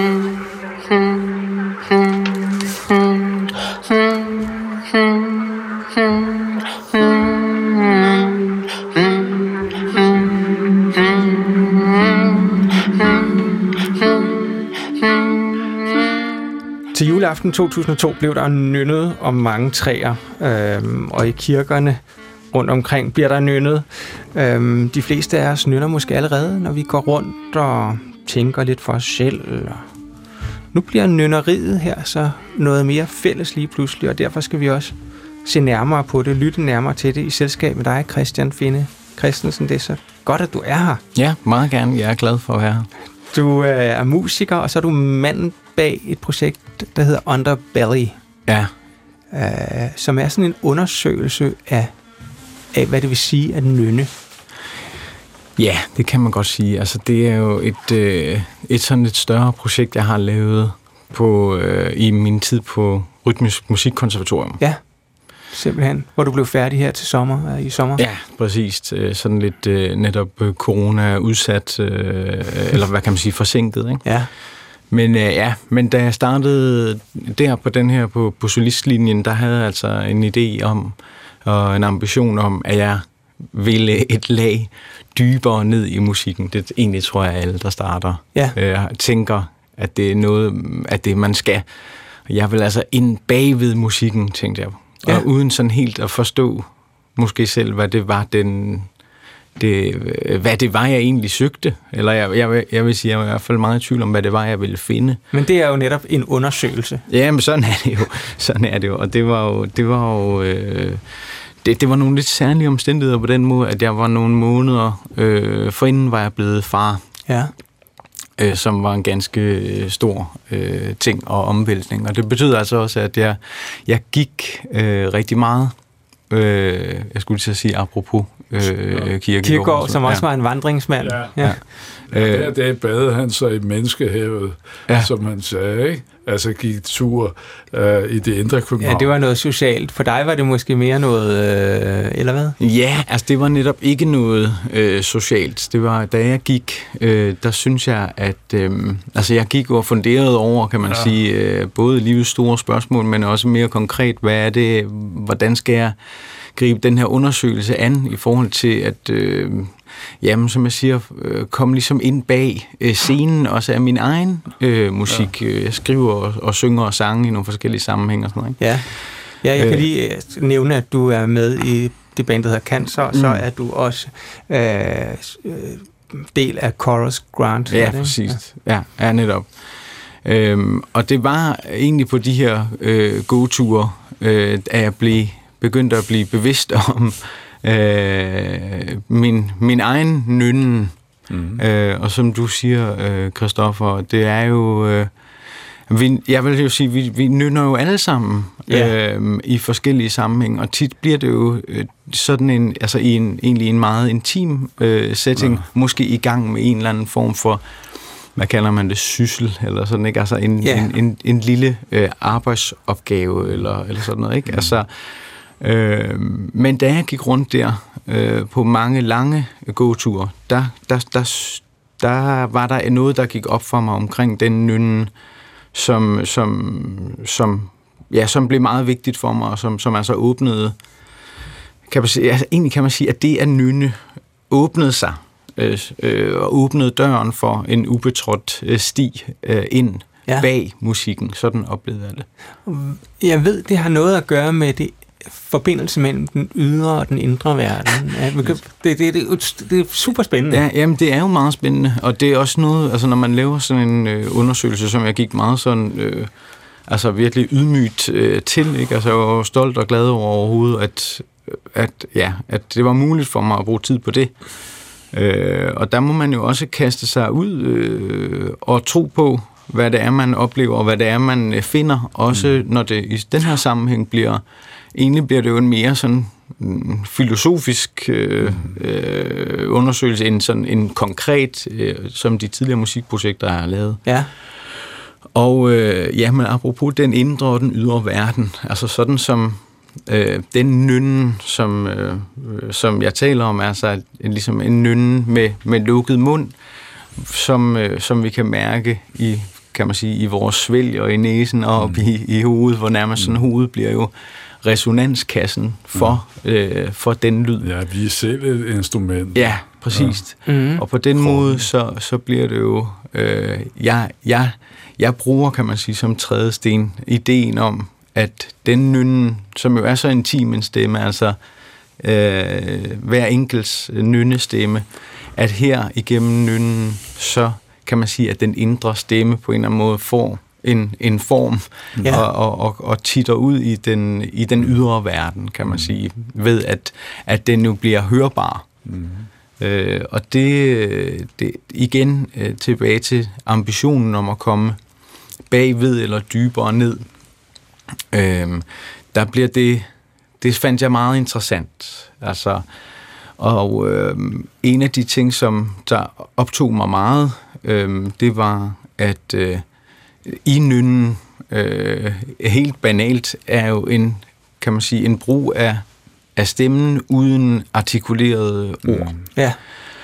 [SPEAKER 2] Til juleaften to tusind og to blev der nynnet om mange træer, øhm, og i kirkerne rundt omkring bliver der nynnet. Øhm, de fleste af os nynner måske allerede, når vi går rundt og tænker lidt for os selv. Nu bliver nynneriet her så noget mere fælles lige pludselig, og derfor skal vi også se nærmere på det, lytte nærmere til det i selskab med dig, Christian Finde Christensen. Det er så godt, at du er her.
[SPEAKER 3] Ja, meget gerne. Jeg er glad for at være her.
[SPEAKER 2] Du er musiker, og så er du manden bag et projekt, der hedder Underbelly.
[SPEAKER 3] Ja.
[SPEAKER 2] Øh, som er sådan en undersøgelse af, af, hvad det vil sige at nynne.
[SPEAKER 3] Ja, det kan man godt sige. Altså, det er jo et, øh, et sådan et større projekt, jeg har lavet på, øh, i min tid på Rytmisk Musikkonservatorium.
[SPEAKER 2] Ja, simpelthen. Hvor du blev færdig her til sommer, i sommer.
[SPEAKER 3] Ja, præcis. Sådan lidt øh, netop corona-udsat, øh, eller hvad kan man sige, forsinket, ikke?
[SPEAKER 2] Ja.
[SPEAKER 3] Men øh, ja, men da jeg startede der på den her, på, på solistlinjen, der havde jeg altså en idé om, og en ambition om, at jeg ville et lag dybere ned i musikken. Det egentlig tror jeg, alle, der starter,
[SPEAKER 2] ja.
[SPEAKER 3] øh, tænker, at det er noget, at det man skal. Jeg vil altså ind bagved musikken, tænkte jeg. Ja. Og uden sådan helt at forstå, måske selv, hvad det var, den, det, hvad det var, jeg egentlig søgte. Eller jeg, jeg, jeg vil sige, jeg var i hvert fald meget i tvivl om, hvad det var, jeg ville finde.
[SPEAKER 2] Men det er jo netop en undersøgelse.
[SPEAKER 3] Ja, men sådan er det jo. Sådan er det jo. Og det var jo... Det var jo øh, det, det var nogle lidt særlige omstændigheder på den måde, at jeg var nogle måneder... Øh, forinden var jeg blevet far.
[SPEAKER 2] Ja.
[SPEAKER 3] Øh, som var en ganske stor øh, ting og omvæltning. Og det betyder altså også, at jeg, jeg gik øh, rigtig meget. Øh, jeg skulle til at sige apropos øh, Kierkegaard.
[SPEAKER 2] Kierkegaard, som også ja. var en vandringsmand.
[SPEAKER 4] Ja.
[SPEAKER 2] Ja.
[SPEAKER 4] Ja. Der, der badede han sig i menneskehavet, ja. som han sagde, ikke? Altså gik tur øh, i det indre København.
[SPEAKER 2] Ja, det var noget socialt. For dig var det måske mere noget, øh, eller hvad?
[SPEAKER 3] Ja, altså det var netop ikke noget øh, socialt. Det var, da jeg gik, øh, der synes jeg, at øh, altså jeg gik og funderede over, kan man ja. sige, øh, både livets store spørgsmål, men også mere konkret, hvad er det, hvordan skal jeg gribe den her undersøgelse an i forhold til at... Øh, Jamen, som jeg siger, øh, kom ligesom ind bag øh, scenen, også af min egen øh, musik. Ja. Jeg skriver og, og synger og sange i nogle forskellige sammenhænge og sådan noget, ikke?
[SPEAKER 2] Ja, ja jeg kan lige nævne, at du er med i det band, der hedder Cancer, og så mm. er du også øh, del af Chorus Grant.
[SPEAKER 3] Ja, præcis. Ja, ja, ja netop. Øhm, og det var egentlig på de her øh, gåture, øh, at jeg blev, begyndte at blive bevidst om Øh, min, min egen nynnen. Mm. Øh, og som du siger, øh, Christoffer, det er jo... Øh, vi, jeg vil jo sige, vi, vi nynner jo alle sammen yeah. øh, i forskellige sammenhænge, og tit bliver det jo øh, sådan en, altså i en, egentlig en meget intim øh, setting, ja. måske i gang med en eller anden form for, hvad kalder man det, syssel, eller sådan, ikke? Altså en, yeah. en, en, en lille øh, arbejdsopgave, eller, eller sådan noget, ikke? Mm. Altså, Øh, men da jeg gik rundt der øh, på mange lange gåture, der, der, der, der var der noget, der gik op for mig omkring den nynnen, som, som, som, ja, som blev meget vigtigt for mig, og som, som altså åbnede, kan man sige, altså, egentlig kan man sige, at det at nynne åbnede sig, øh, øh, og åbnede døren for en ubetrådt øh, sti øh, ind ja. bag musikken. Sådan oplevede jeg det.
[SPEAKER 2] Jeg ved, det har noget at gøre med det forbindelse mellem den ydre og den indre verden. Ja, det, det, det, det er super spændende.
[SPEAKER 3] Ja, jamen, det er jo meget spændende, og det er også noget, altså når man laver sådan en øh, undersøgelse, som jeg gik meget sådan, øh, altså virkelig ydmygt øh, til, ikke? Altså jeg var stolt og glad over overhovedet, at, at, ja, at det var muligt for mig at bruge tid på det. Øh, og der må man jo også kaste sig ud øh, og tro på, hvad det er, man oplever, og hvad det er, man finder, også mm. når det i den her sammenhæng bliver, egentlig bliver det jo en mere sådan mm, filosofisk øh, øh, undersøgelse, end sådan en konkret, øh, som de tidligere musikprojekter har lavet.
[SPEAKER 2] Ja.
[SPEAKER 3] Og øh, ja, men apropos den indre og den ydre verden, altså sådan som øh, den nynne, som, øh, som jeg taler om, er altså ligesom en nynne med, med lukket mund, som, øh, som vi kan mærke i, kan man sige, i vores svælg og i næsen og op i, i hovedet, hvor nærmest sådan hovedet bliver jo resonanskassen for, mm. øh, for den lyd.
[SPEAKER 4] Ja, vi er selv et instrument.
[SPEAKER 3] Ja, præcis. Ja. Mm. Og på den Krogen. måde, så, så bliver det jo, øh, jeg, jeg, jeg bruger, kan man sige, som tredje sten, ideen om, at den nynne, som jo er så intim en stemme, altså øh, hver enkelts nynnestemme, at her igennem nynnen, så kan man sige, at den indre stemme på en eller anden måde får en, en form ja. og, og, og, og titter ud i den, i den ydre verden, kan man sige, ved at, at den nu bliver hørbar. Mm. Øh, og det, det igen øh, tilbage til ambitionen om at komme bagved eller dybere ned. Øh, der bliver det, det fandt jeg meget interessant. Altså, og øh, en af de ting, som der optog mig meget, øh, det var, at øh, i nynnen, øh, helt banalt, er jo en, kan man sige, en brug af, af stemmen uden artikulerede ord. Mm.
[SPEAKER 2] Ja.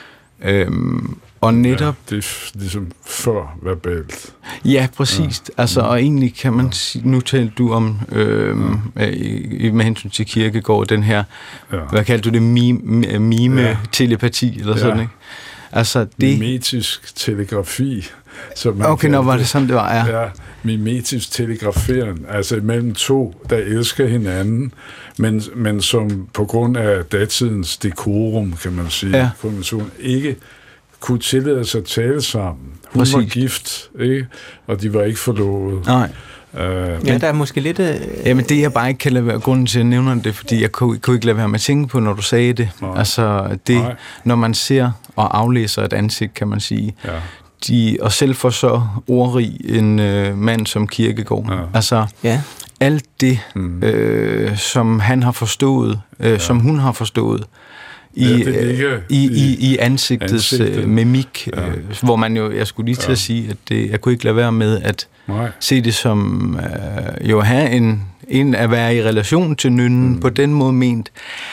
[SPEAKER 3] Øhm, og netop...
[SPEAKER 4] Ja, det er ligesom for verbalt.
[SPEAKER 3] Ja, præcis. Ja. Altså, og egentlig kan man sige, nu talte du om, øh, ja. i, med hensyn til Kierkegaard, den her, ja. hvad kaldte du det, mime, mime-telepati, ja. eller ja. sådan, ikke? Altså, det...
[SPEAKER 4] Mimetisk telegrafi. Som
[SPEAKER 3] okay, nå var det sådan, det var, ja.
[SPEAKER 4] Ja, mimetisk telegraferen, altså imellem to, der elsker hinanden, men, men som på grund af datidens dekorum, kan man sige, ja. konvention, ikke kunne tillade sig at tale sammen. Hun Præcis. var gift, ikke? Og de var ikke forlovet.
[SPEAKER 3] Nej.
[SPEAKER 4] Uh,
[SPEAKER 2] ja, der er måske lidt... Øh...
[SPEAKER 3] Jamen, det jeg bare ikke kan lade være, grunden til at jeg nævner det, fordi jeg kunne, kunne ikke lade være med at tænke på, når du sagde det. Nej. Altså, det, Nej. når man ser og aflæser et ansigt, kan man sige, ja. de, og selv for så ordrig en øh, mand som Kierkegaard. Ja. Altså, ja. alt det, mm. øh, som han har forstået, øh, ja. som hun har forstået, i, ja, øh, i, i, i ansigtets ansigtet. øh, mimik, ja. øh, hvor man jo, jeg skulle lige til ja. at sige, at det, jeg kunne ikke lade være med at Nej. se det som øh, jo have en, en at være i relation til nynnen, mm. på den måde ment,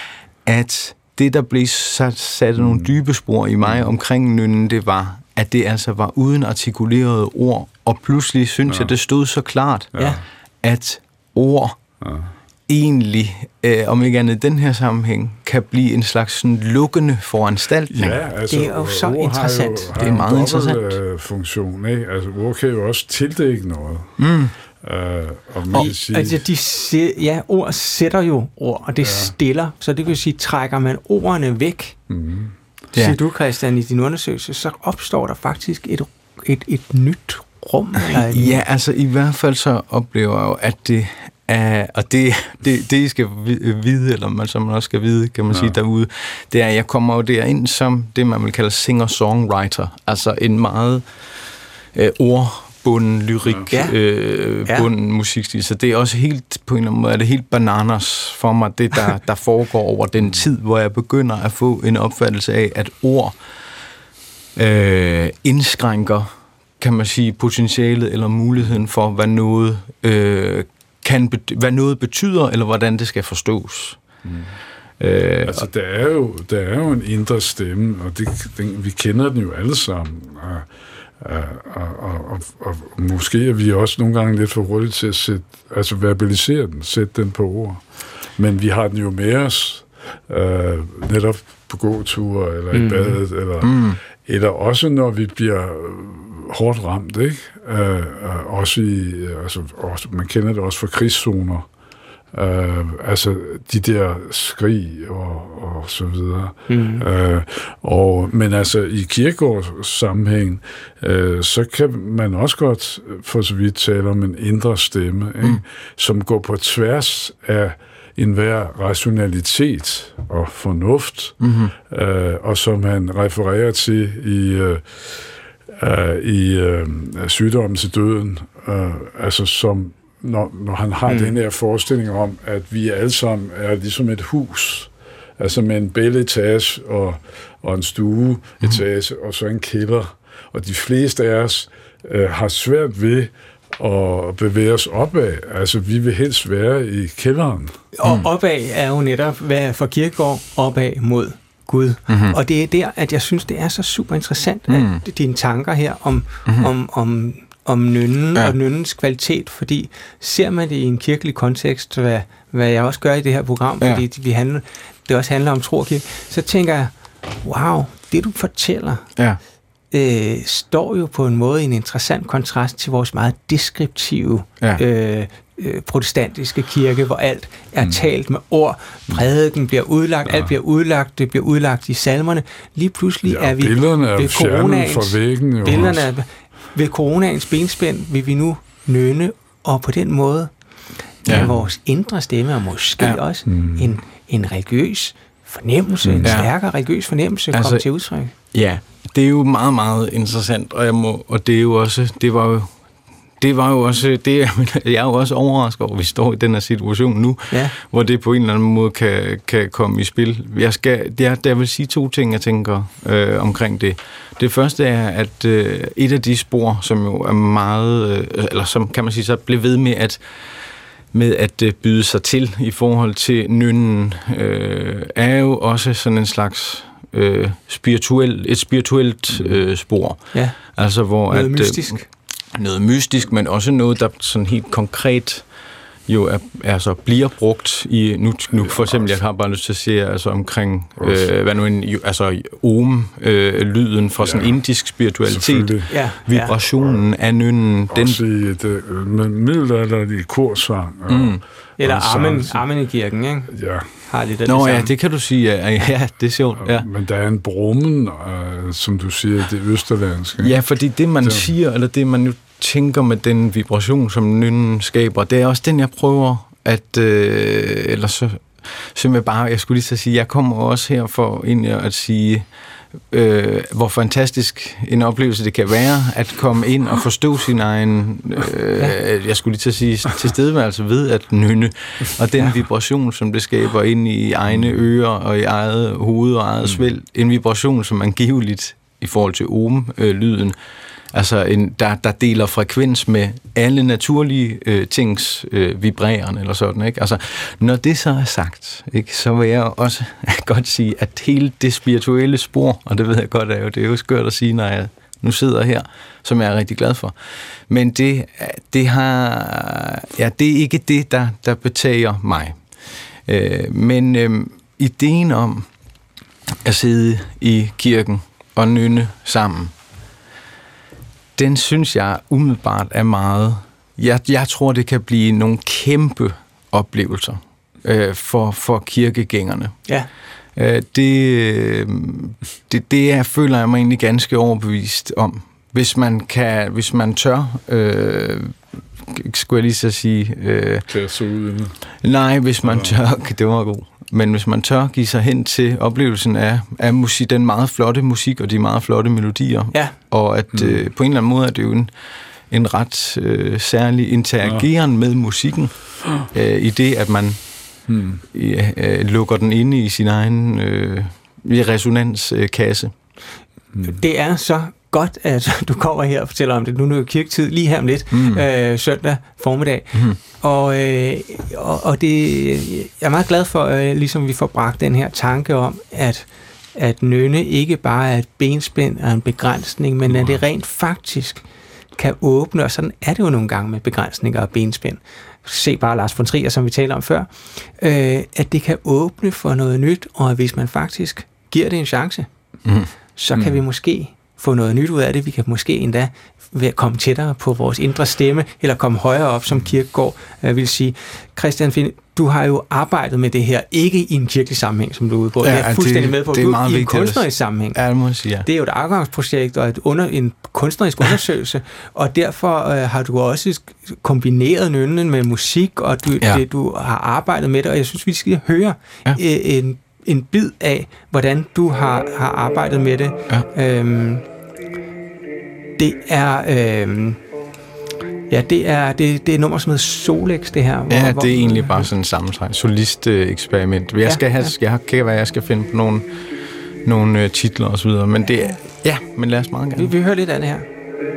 [SPEAKER 3] at det, der blev sat, sat nogle dybe spor i mig omkring nynnen, det var, at det altså var uden artikulerede ord, og pludselig synes ja. jeg, det stod så klart, ja. at ord ja. egentlig, øh, om ikke andet i den her sammenhæng, kan blive en slags sådan lukkende foranstaltning.
[SPEAKER 4] Ja, altså,
[SPEAKER 2] det er jo så interessant.
[SPEAKER 4] Jo,
[SPEAKER 3] det er meget interessant.
[SPEAKER 4] Øh, funktion, ikke? Altså, ord kan jo også tildække noget.
[SPEAKER 2] Mm.
[SPEAKER 4] Uh, og man kan sige...
[SPEAKER 2] altså de se, ja, ord sætter jo ord, og det ja. stiller, så det vil sige, trækker man ordene væk, mm. siger ja. du, Christian, i din undersøgelse, så opstår der faktisk et, et, et nyt rum. Eller et
[SPEAKER 3] ja, altså i hvert fald så oplever jeg jo, at det er, og det, det, det I skal vide, eller man, som man også skal vide, kan man ja. sige derude, det er, at jeg kommer jo derind som det, man vil kalde singer-songwriter, altså en meget øh, ord bunden lyrik, ja. øh, bunden ja. musikstil. Så det er også helt, på en eller anden måde, er det helt bananas for mig, det der, der foregår over den tid, hvor jeg begynder at få en opfattelse af, at ord øh, indskrænker, kan man sige, potentialet eller muligheden for, hvad noget, øh, kan bet- hvad noget betyder, eller hvordan det skal forstås. Mm.
[SPEAKER 4] Øh, altså, der er, jo, der er jo en indre stemme, og det, den, vi kender den jo alle sammen, og Uh, og, og, og, og måske er vi også nogle gange lidt for hurtigt til at sætte, altså verbalisere den, sætte den på ord. Men vi har den jo med os, uh, netop på gåture, eller mm. i badet, eller, mm. eller også når vi bliver hårdt ramt, ikke? Uh, også i, altså, også, man kender det også fra krigszoner. Uh, altså de der skrig og, og så videre. Mm. Uh, og, men altså i Kierkegaards sammenhæng, uh, så kan man også godt for så vidt tale om en indre stemme, ikke? Mm. Som går på tværs af enhver rationalitet og fornuft, mm-hmm. uh, og som han refererer til i, uh, uh, i uh, Sygdommen til døden, uh, altså som Når, når han har mm. den her forestilling om, at vi alle sammen er ligesom et hus, altså med en bælleetage og, og en stueetage, mm. og så en kælder. Og de fleste af os øh, har svært ved at bevæge os opad. Altså, vi vil helst være i kælderen.
[SPEAKER 2] Og opad er jo netop, hvad for Kierkegaard, opad mod Gud. Mm-hmm. Og det er der, at jeg synes, det er så super interessant, mm. at dine tanker her om, mm-hmm. om, om om nynnen ja. og nynnens kvalitet, fordi ser man det i en kirkelig kontekst, hvad, hvad jeg også gør i det her program, ja. fordi vi handler, det også handler om tro og kirke, så tænker jeg, wow, det du fortæller, ja. øh, står jo på en måde i en interessant kontrast til vores meget deskriptive ja. øh, øh, protestantiske kirke, hvor alt er mm. talt med ord, prædiken bliver udlagt, ja. alt bliver udlagt, det bliver udlagt i salmerne. Lige pludselig
[SPEAKER 4] ja,
[SPEAKER 2] er vi
[SPEAKER 4] billederne er fjernet fra væggen. Jo
[SPEAKER 2] billederne er, ved coronaens benspænd vil vi nu nynne, og på den måde ja. er vores indre stemme, og måske ja. også mm. en, en religiøs fornemmelse, mm. en stærkere ja. religiøs fornemmelse altså, kommer til udtryk.
[SPEAKER 3] Ja, det er jo meget, meget interessant, og, jeg må, og det er jo også, det var jo, det var jo også, det, jeg er jo også overrasket over, at vi står i den her situation nu, ja. hvor det på en eller anden måde kan, kan komme i spil. Jeg skal, jeg, jeg vil sige to ting, jeg tænker øh, omkring det. Det første er, at øh, et af de spor, som jo er meget, øh, eller som kan man sige, så blev ved med at, med at øh, byde sig til i forhold til nynnen, øh, er jo også sådan en slags øh, spirituel, et spirituelt øh, spor. Ja. Altså, hvor
[SPEAKER 2] noget
[SPEAKER 3] at,
[SPEAKER 2] mystisk.
[SPEAKER 3] Øh, noget mystisk, men også noget, der sådan helt konkret jo er, altså bliver brugt i, nu, nu for eksempel, jeg har bare lyst til at sige, altså omkring, øh, hvad nu en, altså om-lyden øh, fra sådan ja, indisk spiritualitet, ja, vibrationen ja. af nynnen.
[SPEAKER 4] Også den, i et øh, middelalderlige korsang. Og,
[SPEAKER 2] mm. Eller Amen, Amen i kirken, ikke?
[SPEAKER 4] Ja.
[SPEAKER 3] Har lidt Nå ja, det kan du sige, ja, ja det er sjovt. Ja.
[SPEAKER 4] Men der er en brummen, øh, som du siger, det østerlandske.
[SPEAKER 3] Ja, fordi det man det. siger, eller det man jo tænker med den vibration, som nynnen skaber, det er også den, jeg prøver at, øh, eller så, som jeg bare, jeg skulle lige så sige, jeg kommer også her for egentlig at sige, øh, hvor fantastisk en oplevelse det kan være, at komme ind og forstå sin egen, øh, jeg skulle lige til at sige, tilstedeværelse ved at nynne, og den vibration, som det skaber ind i egne ører og i eget hoved og eget svælg, en vibration, som angiveligt i forhold til ohm-lyden, altså en, der, der deler frekvens med alle naturlige øh, tings øh, vibrerende eller sådan, ikke? Altså, når det så er sagt, ikke, så vil jeg også godt sige, at hele det spirituelle spor, og det ved jeg godt, er jo, det er jo skørt at sige, når jeg nu sidder her, som jeg er rigtig glad for. Men det, det har, ja, det er ikke det, der, der betager mig. Øh, men øh, ideen om at sidde i kirken og nynne sammen, den synes jeg umiddelbart er meget. Jeg, jeg tror, det kan blive nogle kæmpe oplevelser øh, for, for kirkegængerne. Ja. Øh, det, det, det er, føler jeg mig egentlig ganske overbevist om. Hvis man kan, hvis man tør, øh, skulle jeg lige så sige. Øh,
[SPEAKER 4] Klæder sig ud.
[SPEAKER 3] Nej, hvis man tør, det var god. Men hvis man tør give sig hen til oplevelsen af, af musik, den meget flotte musik og de meget flotte melodier, ja. og at mm. øh, på en eller anden måde er det jo en, en ret øh, særlig interageren ja. med musikken, øh, i det, at man mm. øh, lukker den inde i sin egen øh, resonanskasse.
[SPEAKER 2] Mm. Det er så godt, at du kommer her og fortæller om det. Nu er det kirketid lige her om lidt, mm. øh, søndag formiddag. Mm. Og, øh, og, og det, jeg er meget glad for, øh, ligesom vi får bragt den her tanke om, at at nynne ikke bare er et benspænd og en begrænsning, men at det rent faktisk kan åbne, og sådan er det jo nogle gange med begrænsninger og benspænd. Se bare Lars von Trier, som vi talte om før, øh, at det kan åbne for noget nyt, og hvis man faktisk giver det en chance, mm. så kan mm. vi måske få noget nyt ud af det. Vi kan måske endda ved at komme tættere på vores indre stemme, eller komme højere op, som Kierkegaard øh, vil sige. Christian Finn, du har jo arbejdet med det her, ikke i en kirkelig sammenhæng, som du er ude på. Ja, det er fuldstændig det, med på. Du er i en kunstnerisk sammenhæng.
[SPEAKER 3] Ja, det må jeg sige, ja.
[SPEAKER 2] Det er jo et afgangsprojekt og et under, en kunstnerisk undersøgelse, og derfor øh, har du også kombineret nynnen med musik, og du, ja. det, du har arbejdet med det, og jeg synes, vi skal høre ja. øh, en, en bid af, hvordan du har, har arbejdet med det. Ja. Øhm, det er... Øhm, Ja, det er det, det er nummer, som hedder Solex, det her. Hvor,
[SPEAKER 3] ja,
[SPEAKER 2] hvor,
[SPEAKER 3] det er egentlig bare sådan en sammentræk, solist-eksperiment. Jeg skal have, jeg kan være, jeg skal finde på nogle, nogle titler og så videre, men det er, ja, men lad os meget gerne.
[SPEAKER 2] Vi, vi hører lidt af det her.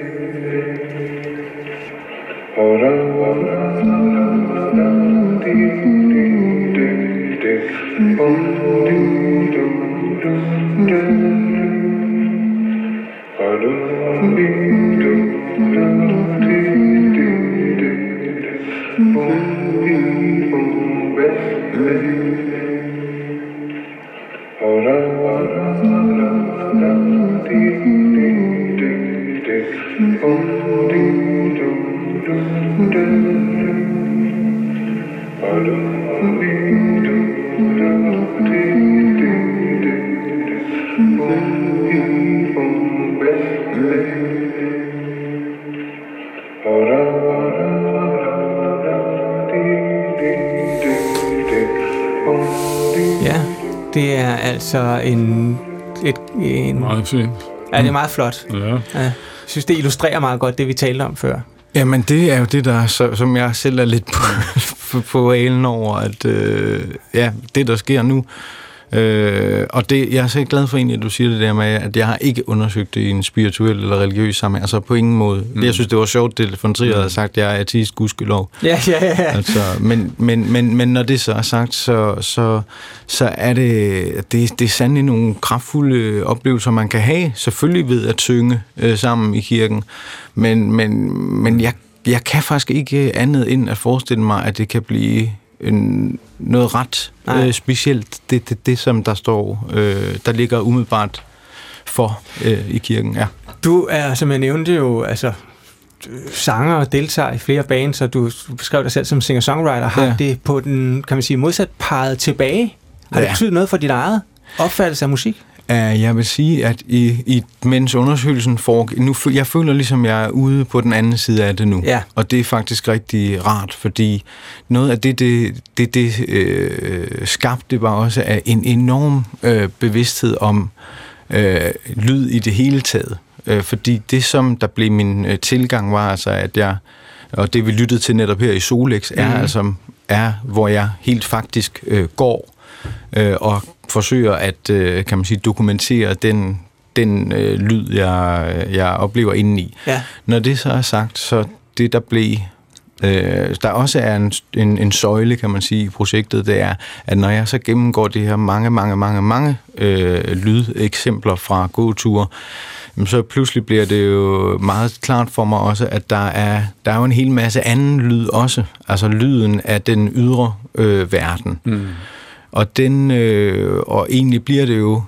[SPEAKER 2] Ja, det er altså en... Et, en
[SPEAKER 4] meget fint.
[SPEAKER 2] Ja, det er meget flot.
[SPEAKER 4] Ja.
[SPEAKER 2] Ja, jeg synes, det illustrerer meget godt det, vi talte om før.
[SPEAKER 3] Jamen, det er jo det, der, så, som jeg selv er lidt på, på, på alen over, at øh, ja, det, der sker nu. Øh, og det, jeg er så glad for egentlig, at du siger det der med, at jeg har ikke undersøgt det i en spirituel eller religiøs sammenhæng. Altså på ingen måde. Mm. Jeg synes, det var sjovt, det von Trier havde sagt, at jeg er ateist, gudskelov.
[SPEAKER 2] Ja, ja, ja.
[SPEAKER 3] Altså, men, men, men, men når det så er sagt, så, så, så er det, det, det er sandelig nogle kraftfulde oplevelser, man kan have. Selvfølgelig ved at synge øh, sammen i kirken. Men, men, men jeg, jeg kan faktisk ikke andet end at forestille mig, at det kan blive en, noget ret øh, specielt, det, det, det som der står, øh, der ligger umiddelbart for øh, i kirken. Ja.
[SPEAKER 2] Du er, som jeg nævnte jo, altså sanger og deltager i flere bands, og du beskrev dig selv som singer-songwriter. Har ja. det på den, kan man sige, modsat peget tilbage? Har det ja. betydet noget for dit eget opfattelse af musik?
[SPEAKER 3] Jeg vil sige, at i, i mens undersøgelsen foregår, nu jeg føler ligesom, jeg er ude på den anden side af det nu. Ja. Og det er faktisk rigtig rart, fordi noget af det, det, det, det øh, skabte var også af en enorm øh, bevidsthed om øh, lyd i det hele taget. Øh, fordi det, som der blev min øh, tilgang, var altså, at jeg, og det vi lyttede til netop her i Solex, er mm. altså, er, hvor jeg helt faktisk øh, går øh, og forsøger at, øh, kan man sige, dokumentere den, den øh, lyd, jeg, jeg oplever indeni. Ja. Når det så er sagt, så det, der blev... Øh, der også er en, en, en søjle, kan man sige, i projektet, det er, at når jeg så gennemgår det her mange, mange, mange, mange øh, lydeksempler fra gåture, så pludselig bliver det jo meget klart for mig også, at der er, der er jo en hel masse anden lyd også. Altså lyden af den ydre øh, verden. Mm. Og, den, øh, og egentlig bliver det jo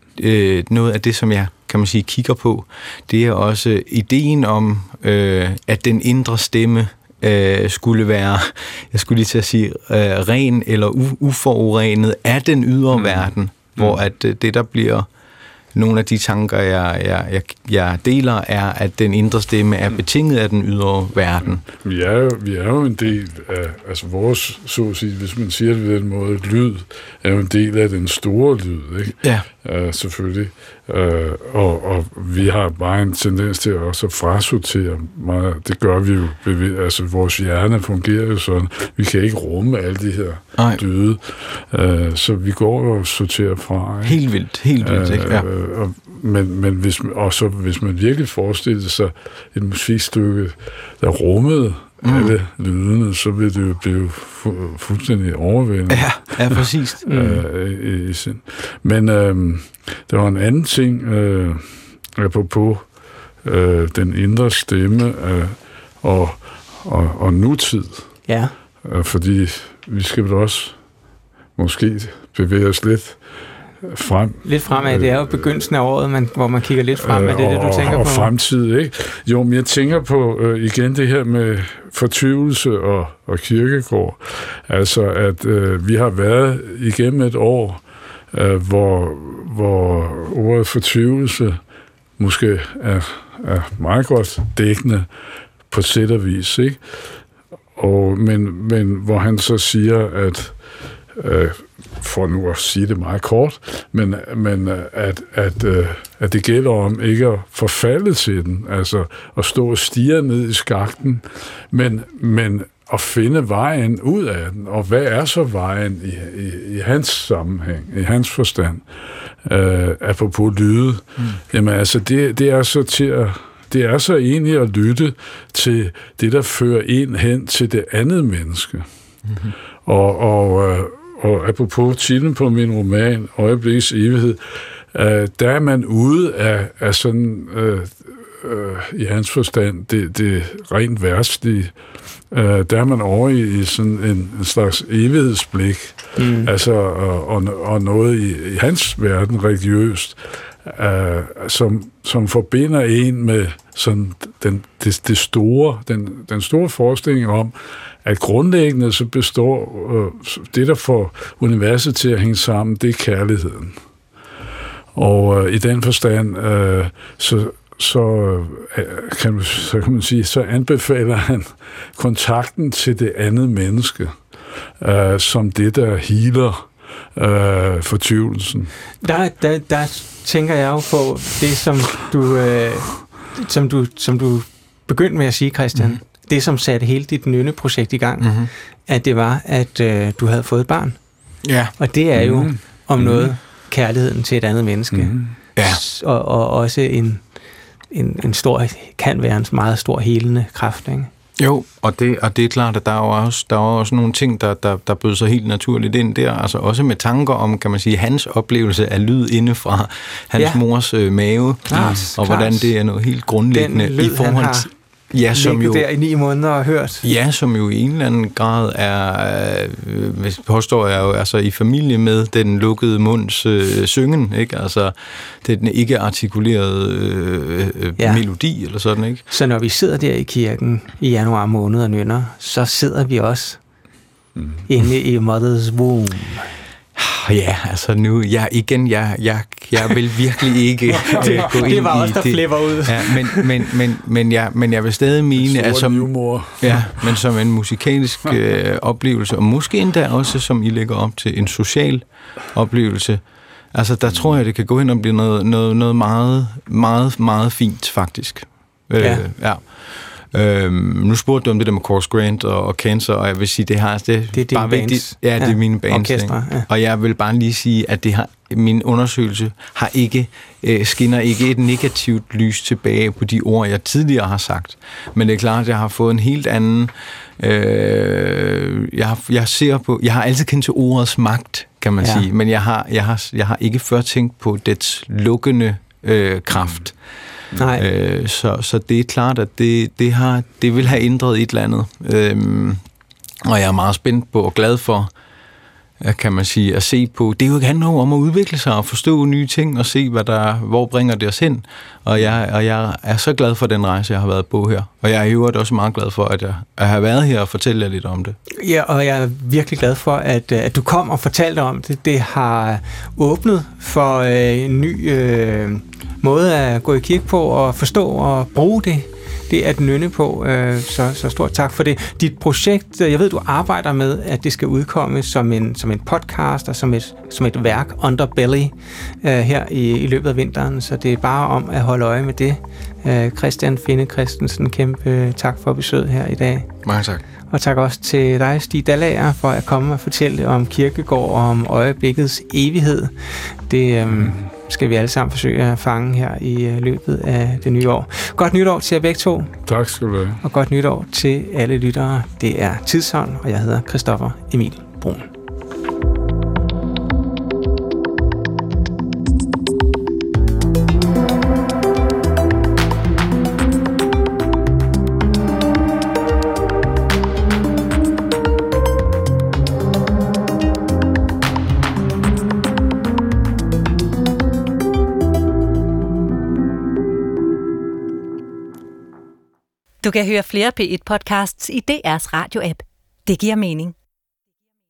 [SPEAKER 3] øh, noget af det, som jeg, kan man sige, kigger på. Det er også ideen om, øh, at den indre stemme øh, skulle være, jeg skulle lige til at sige, øh, ren eller u- uforurenet af den ydre mm. verden, mm. hvor at øh, det, der bliver nogle af de tanker, jeg, jeg, jeg, jeg deler, er, at den indre stemme er betinget af den ydre verden.
[SPEAKER 4] Vi er jo, vi er jo en del af, altså vores, så at sige, hvis man siger det på den måde, lyd er jo en del af den store lyd, ikke? Ja. Uh, selvfølgelig. Uh, og, og vi har bare en tendens til også at frasortere meget. Det gør vi jo. Altså, vores hjerne fungerer jo sådan. Vi kan ikke rumme alle de her Ej. lyde. Uh, så vi går og sorterer fra. Ikke?
[SPEAKER 3] Helt vildt. Helt vildt, ikke? Ja.
[SPEAKER 4] Uh, og, men, men hvis, også hvis man virkelig forestiller sig et musikstykke, der rummede mm. alle lydene, så vil det jo blive fu- fuldstændig overvældende.
[SPEAKER 3] Ja, ja, præcis.
[SPEAKER 4] Mm. Øh, i, i sin. Men øh, der var en anden ting, øh, apropos øh, den indre stemme øh, og, og, og nutid.
[SPEAKER 2] Ja.
[SPEAKER 4] Øh, fordi vi skal vel også måske bevæge os lidt frem.
[SPEAKER 2] Lidt fremad, det er jo begyndelsen af året, man, hvor man kigger lidt fremad, det er det, du tænker
[SPEAKER 4] og,
[SPEAKER 2] på?
[SPEAKER 4] Og fremtid, ikke? Jo, men jeg tænker på øh, igen det her med fortvivlelse og, og kirkegård. Altså, at øh, vi har været igennem et år, øh, hvor, hvor ordet fortvivlelse måske er, er meget godt dækkende på sæt og vis, ikke? Og, men, men hvor han så siger, at øh, for nu at sige det meget kort, men, men at, at, at det gælder om ikke at forfalde til den, altså at stå og stirre ned i skakten, men, men at finde vejen ud af den, og hvad er så vejen i, i, i hans sammenhæng, i hans forstand, øh, apropos lyde, mm. jamen altså det, det er så til at det er så egentlig at lytte til det, der fører en hen til det andet menneske. Mm-hmm. Og, og Og apropos titlen på min roman, Øjebliks evighed, øh, der er man ude af, af sådan, øh, øh, i hans forstand, det, det rent værtslige. Øh, der er man over i, i sådan en, en slags evighedsblik, mm. altså, og, og, og noget i, i hans verden religiøst, øh, som, som forbinder en med sådan den, det, det store, den, den store forestilling om, at grundlæggende så består øh, det, der får universet til at hænge sammen, det er kærligheden. Og øh, i den forstand, øh, så, så, øh, kan man, så kan man sige, så anbefaler han kontakten til det andet menneske, øh, som det, der healer øh, fortvivlelsen.
[SPEAKER 2] Der, der, der tænker jeg jo på det, som du, øh, som du, som du begyndte med at sige, Christian. Mm. Det, som satte hele dit nynneprojekt i gang, mm-hmm. at det var, at øh, du havde fået et barn.
[SPEAKER 3] Ja.
[SPEAKER 2] Og det er jo
[SPEAKER 3] mm-hmm.
[SPEAKER 2] om noget kærligheden til et andet menneske. Mm-hmm.
[SPEAKER 3] Ja.
[SPEAKER 2] Og, og også en, en, en stor, kan være en meget stor helende kraft, ikke?
[SPEAKER 3] Jo, og det, og det er klart, at der er jo også, der er også nogle ting, der, der, der bød sig helt naturligt ind der, altså også med tanker om, kan man sige, hans oplevelse af lyd inde fra hans ja. mors øh, mave,
[SPEAKER 2] klart,
[SPEAKER 3] og hvordan
[SPEAKER 2] klart.
[SPEAKER 3] det er noget helt grundlæggende
[SPEAKER 2] Den lyd,
[SPEAKER 3] i forhold til... Ja, som jo,
[SPEAKER 2] der i ni måneder og hørt.
[SPEAKER 3] Ja, som jo i en eller anden grad er, øh, påstår jeg jo, altså i familie med den lukkede munds øh, syngen, ikke? Altså, det er den ikke artikulerede øh, øh, ja. melodi, eller sådan, ikke?
[SPEAKER 2] Så når vi sidder der i kirken i januar måned og nynner, så sidder vi også mm. inde i Mother's Womb.
[SPEAKER 3] Ja, altså nu, jeg igen, jeg, jeg, jeg vil virkelig ikke
[SPEAKER 2] det,
[SPEAKER 3] gå ind
[SPEAKER 2] det var også, der
[SPEAKER 3] det.
[SPEAKER 2] flipper ud.
[SPEAKER 3] Ja, men, men, men, men, jeg, men jeg vil stadig mene, at som, ja, men som en musikalsk øh, oplevelse, og måske endda også, som I lægger op til, en social oplevelse, altså der tror jeg, det kan gå hen og blive noget, noget, noget meget, meget, meget fint, faktisk.
[SPEAKER 2] Ja.
[SPEAKER 3] Øh, ja. Øhm, nu spurgte du om det der med Course Grant og, og Cancer, og jeg vil sige, det har det,
[SPEAKER 2] det er
[SPEAKER 3] bare vigtigt. Ja, det er
[SPEAKER 2] ja.
[SPEAKER 3] mine bands.
[SPEAKER 2] Orkestre, ja.
[SPEAKER 3] Og jeg vil bare lige sige, at det har, min undersøgelse har ikke, øh, skinner ikke et negativt lys tilbage på de ord, jeg tidligere har sagt. Men det er klart, at jeg har fået en helt anden... Øh, jeg, har, jeg ser på... Jeg har altid kendt til ordets magt, kan man ja. sige, men jeg har, jeg, har, jeg har ikke før tænkt på dets lukkende øh, kraft.
[SPEAKER 2] Nej.
[SPEAKER 3] Øh, så, så det er klart, at det, det, har, det vil have ændret et eller andet. Øhm, og jeg er meget spændt på og glad for, kan man sige, at se på. Det er jo ikke handler om at udvikle sig og forstå nye ting og se, hvad der, hvor bringer det os hen. Og jeg, og jeg er så glad for den rejse, jeg har været på her. Og jeg er i øvrigt også meget glad for, at jeg, at jeg har været her og fortælle jer lidt om det.
[SPEAKER 2] Ja, og jeg er virkelig glad for, at, at du kom og fortalte om det. Det har åbnet for øh, en ny øh, måde at gå i kirke på og forstå og bruge det. Det er at nynne på, øh, så, så stort tak for det. Dit projekt, jeg ved, du arbejder med, at det skal udkomme som en, som en podcast og som et, som et værk, Underbelly, øh, her i, i løbet af vinteren, så det er bare om at holde øje med det. Øh, Christian Finne Christensen, kæmpe tak for besøget her i dag.
[SPEAKER 3] Mange tak.
[SPEAKER 2] Og tak også til dig, Stig Dallager, for at komme og fortælle om Kierkegaard og om øjeblikkets evighed. Det, øh, skal vi alle sammen forsøge at fange her i løbet af det nye år. Godt nytår til jer begge to.
[SPEAKER 4] Tak skal du have.
[SPEAKER 2] Og godt nytår til alle lyttere. Det er Tidsånd, og jeg hedder Christoffer Emil Bruun.
[SPEAKER 5] Du kan høre flere P et podcasts i D R's radio-app. Det giver mening.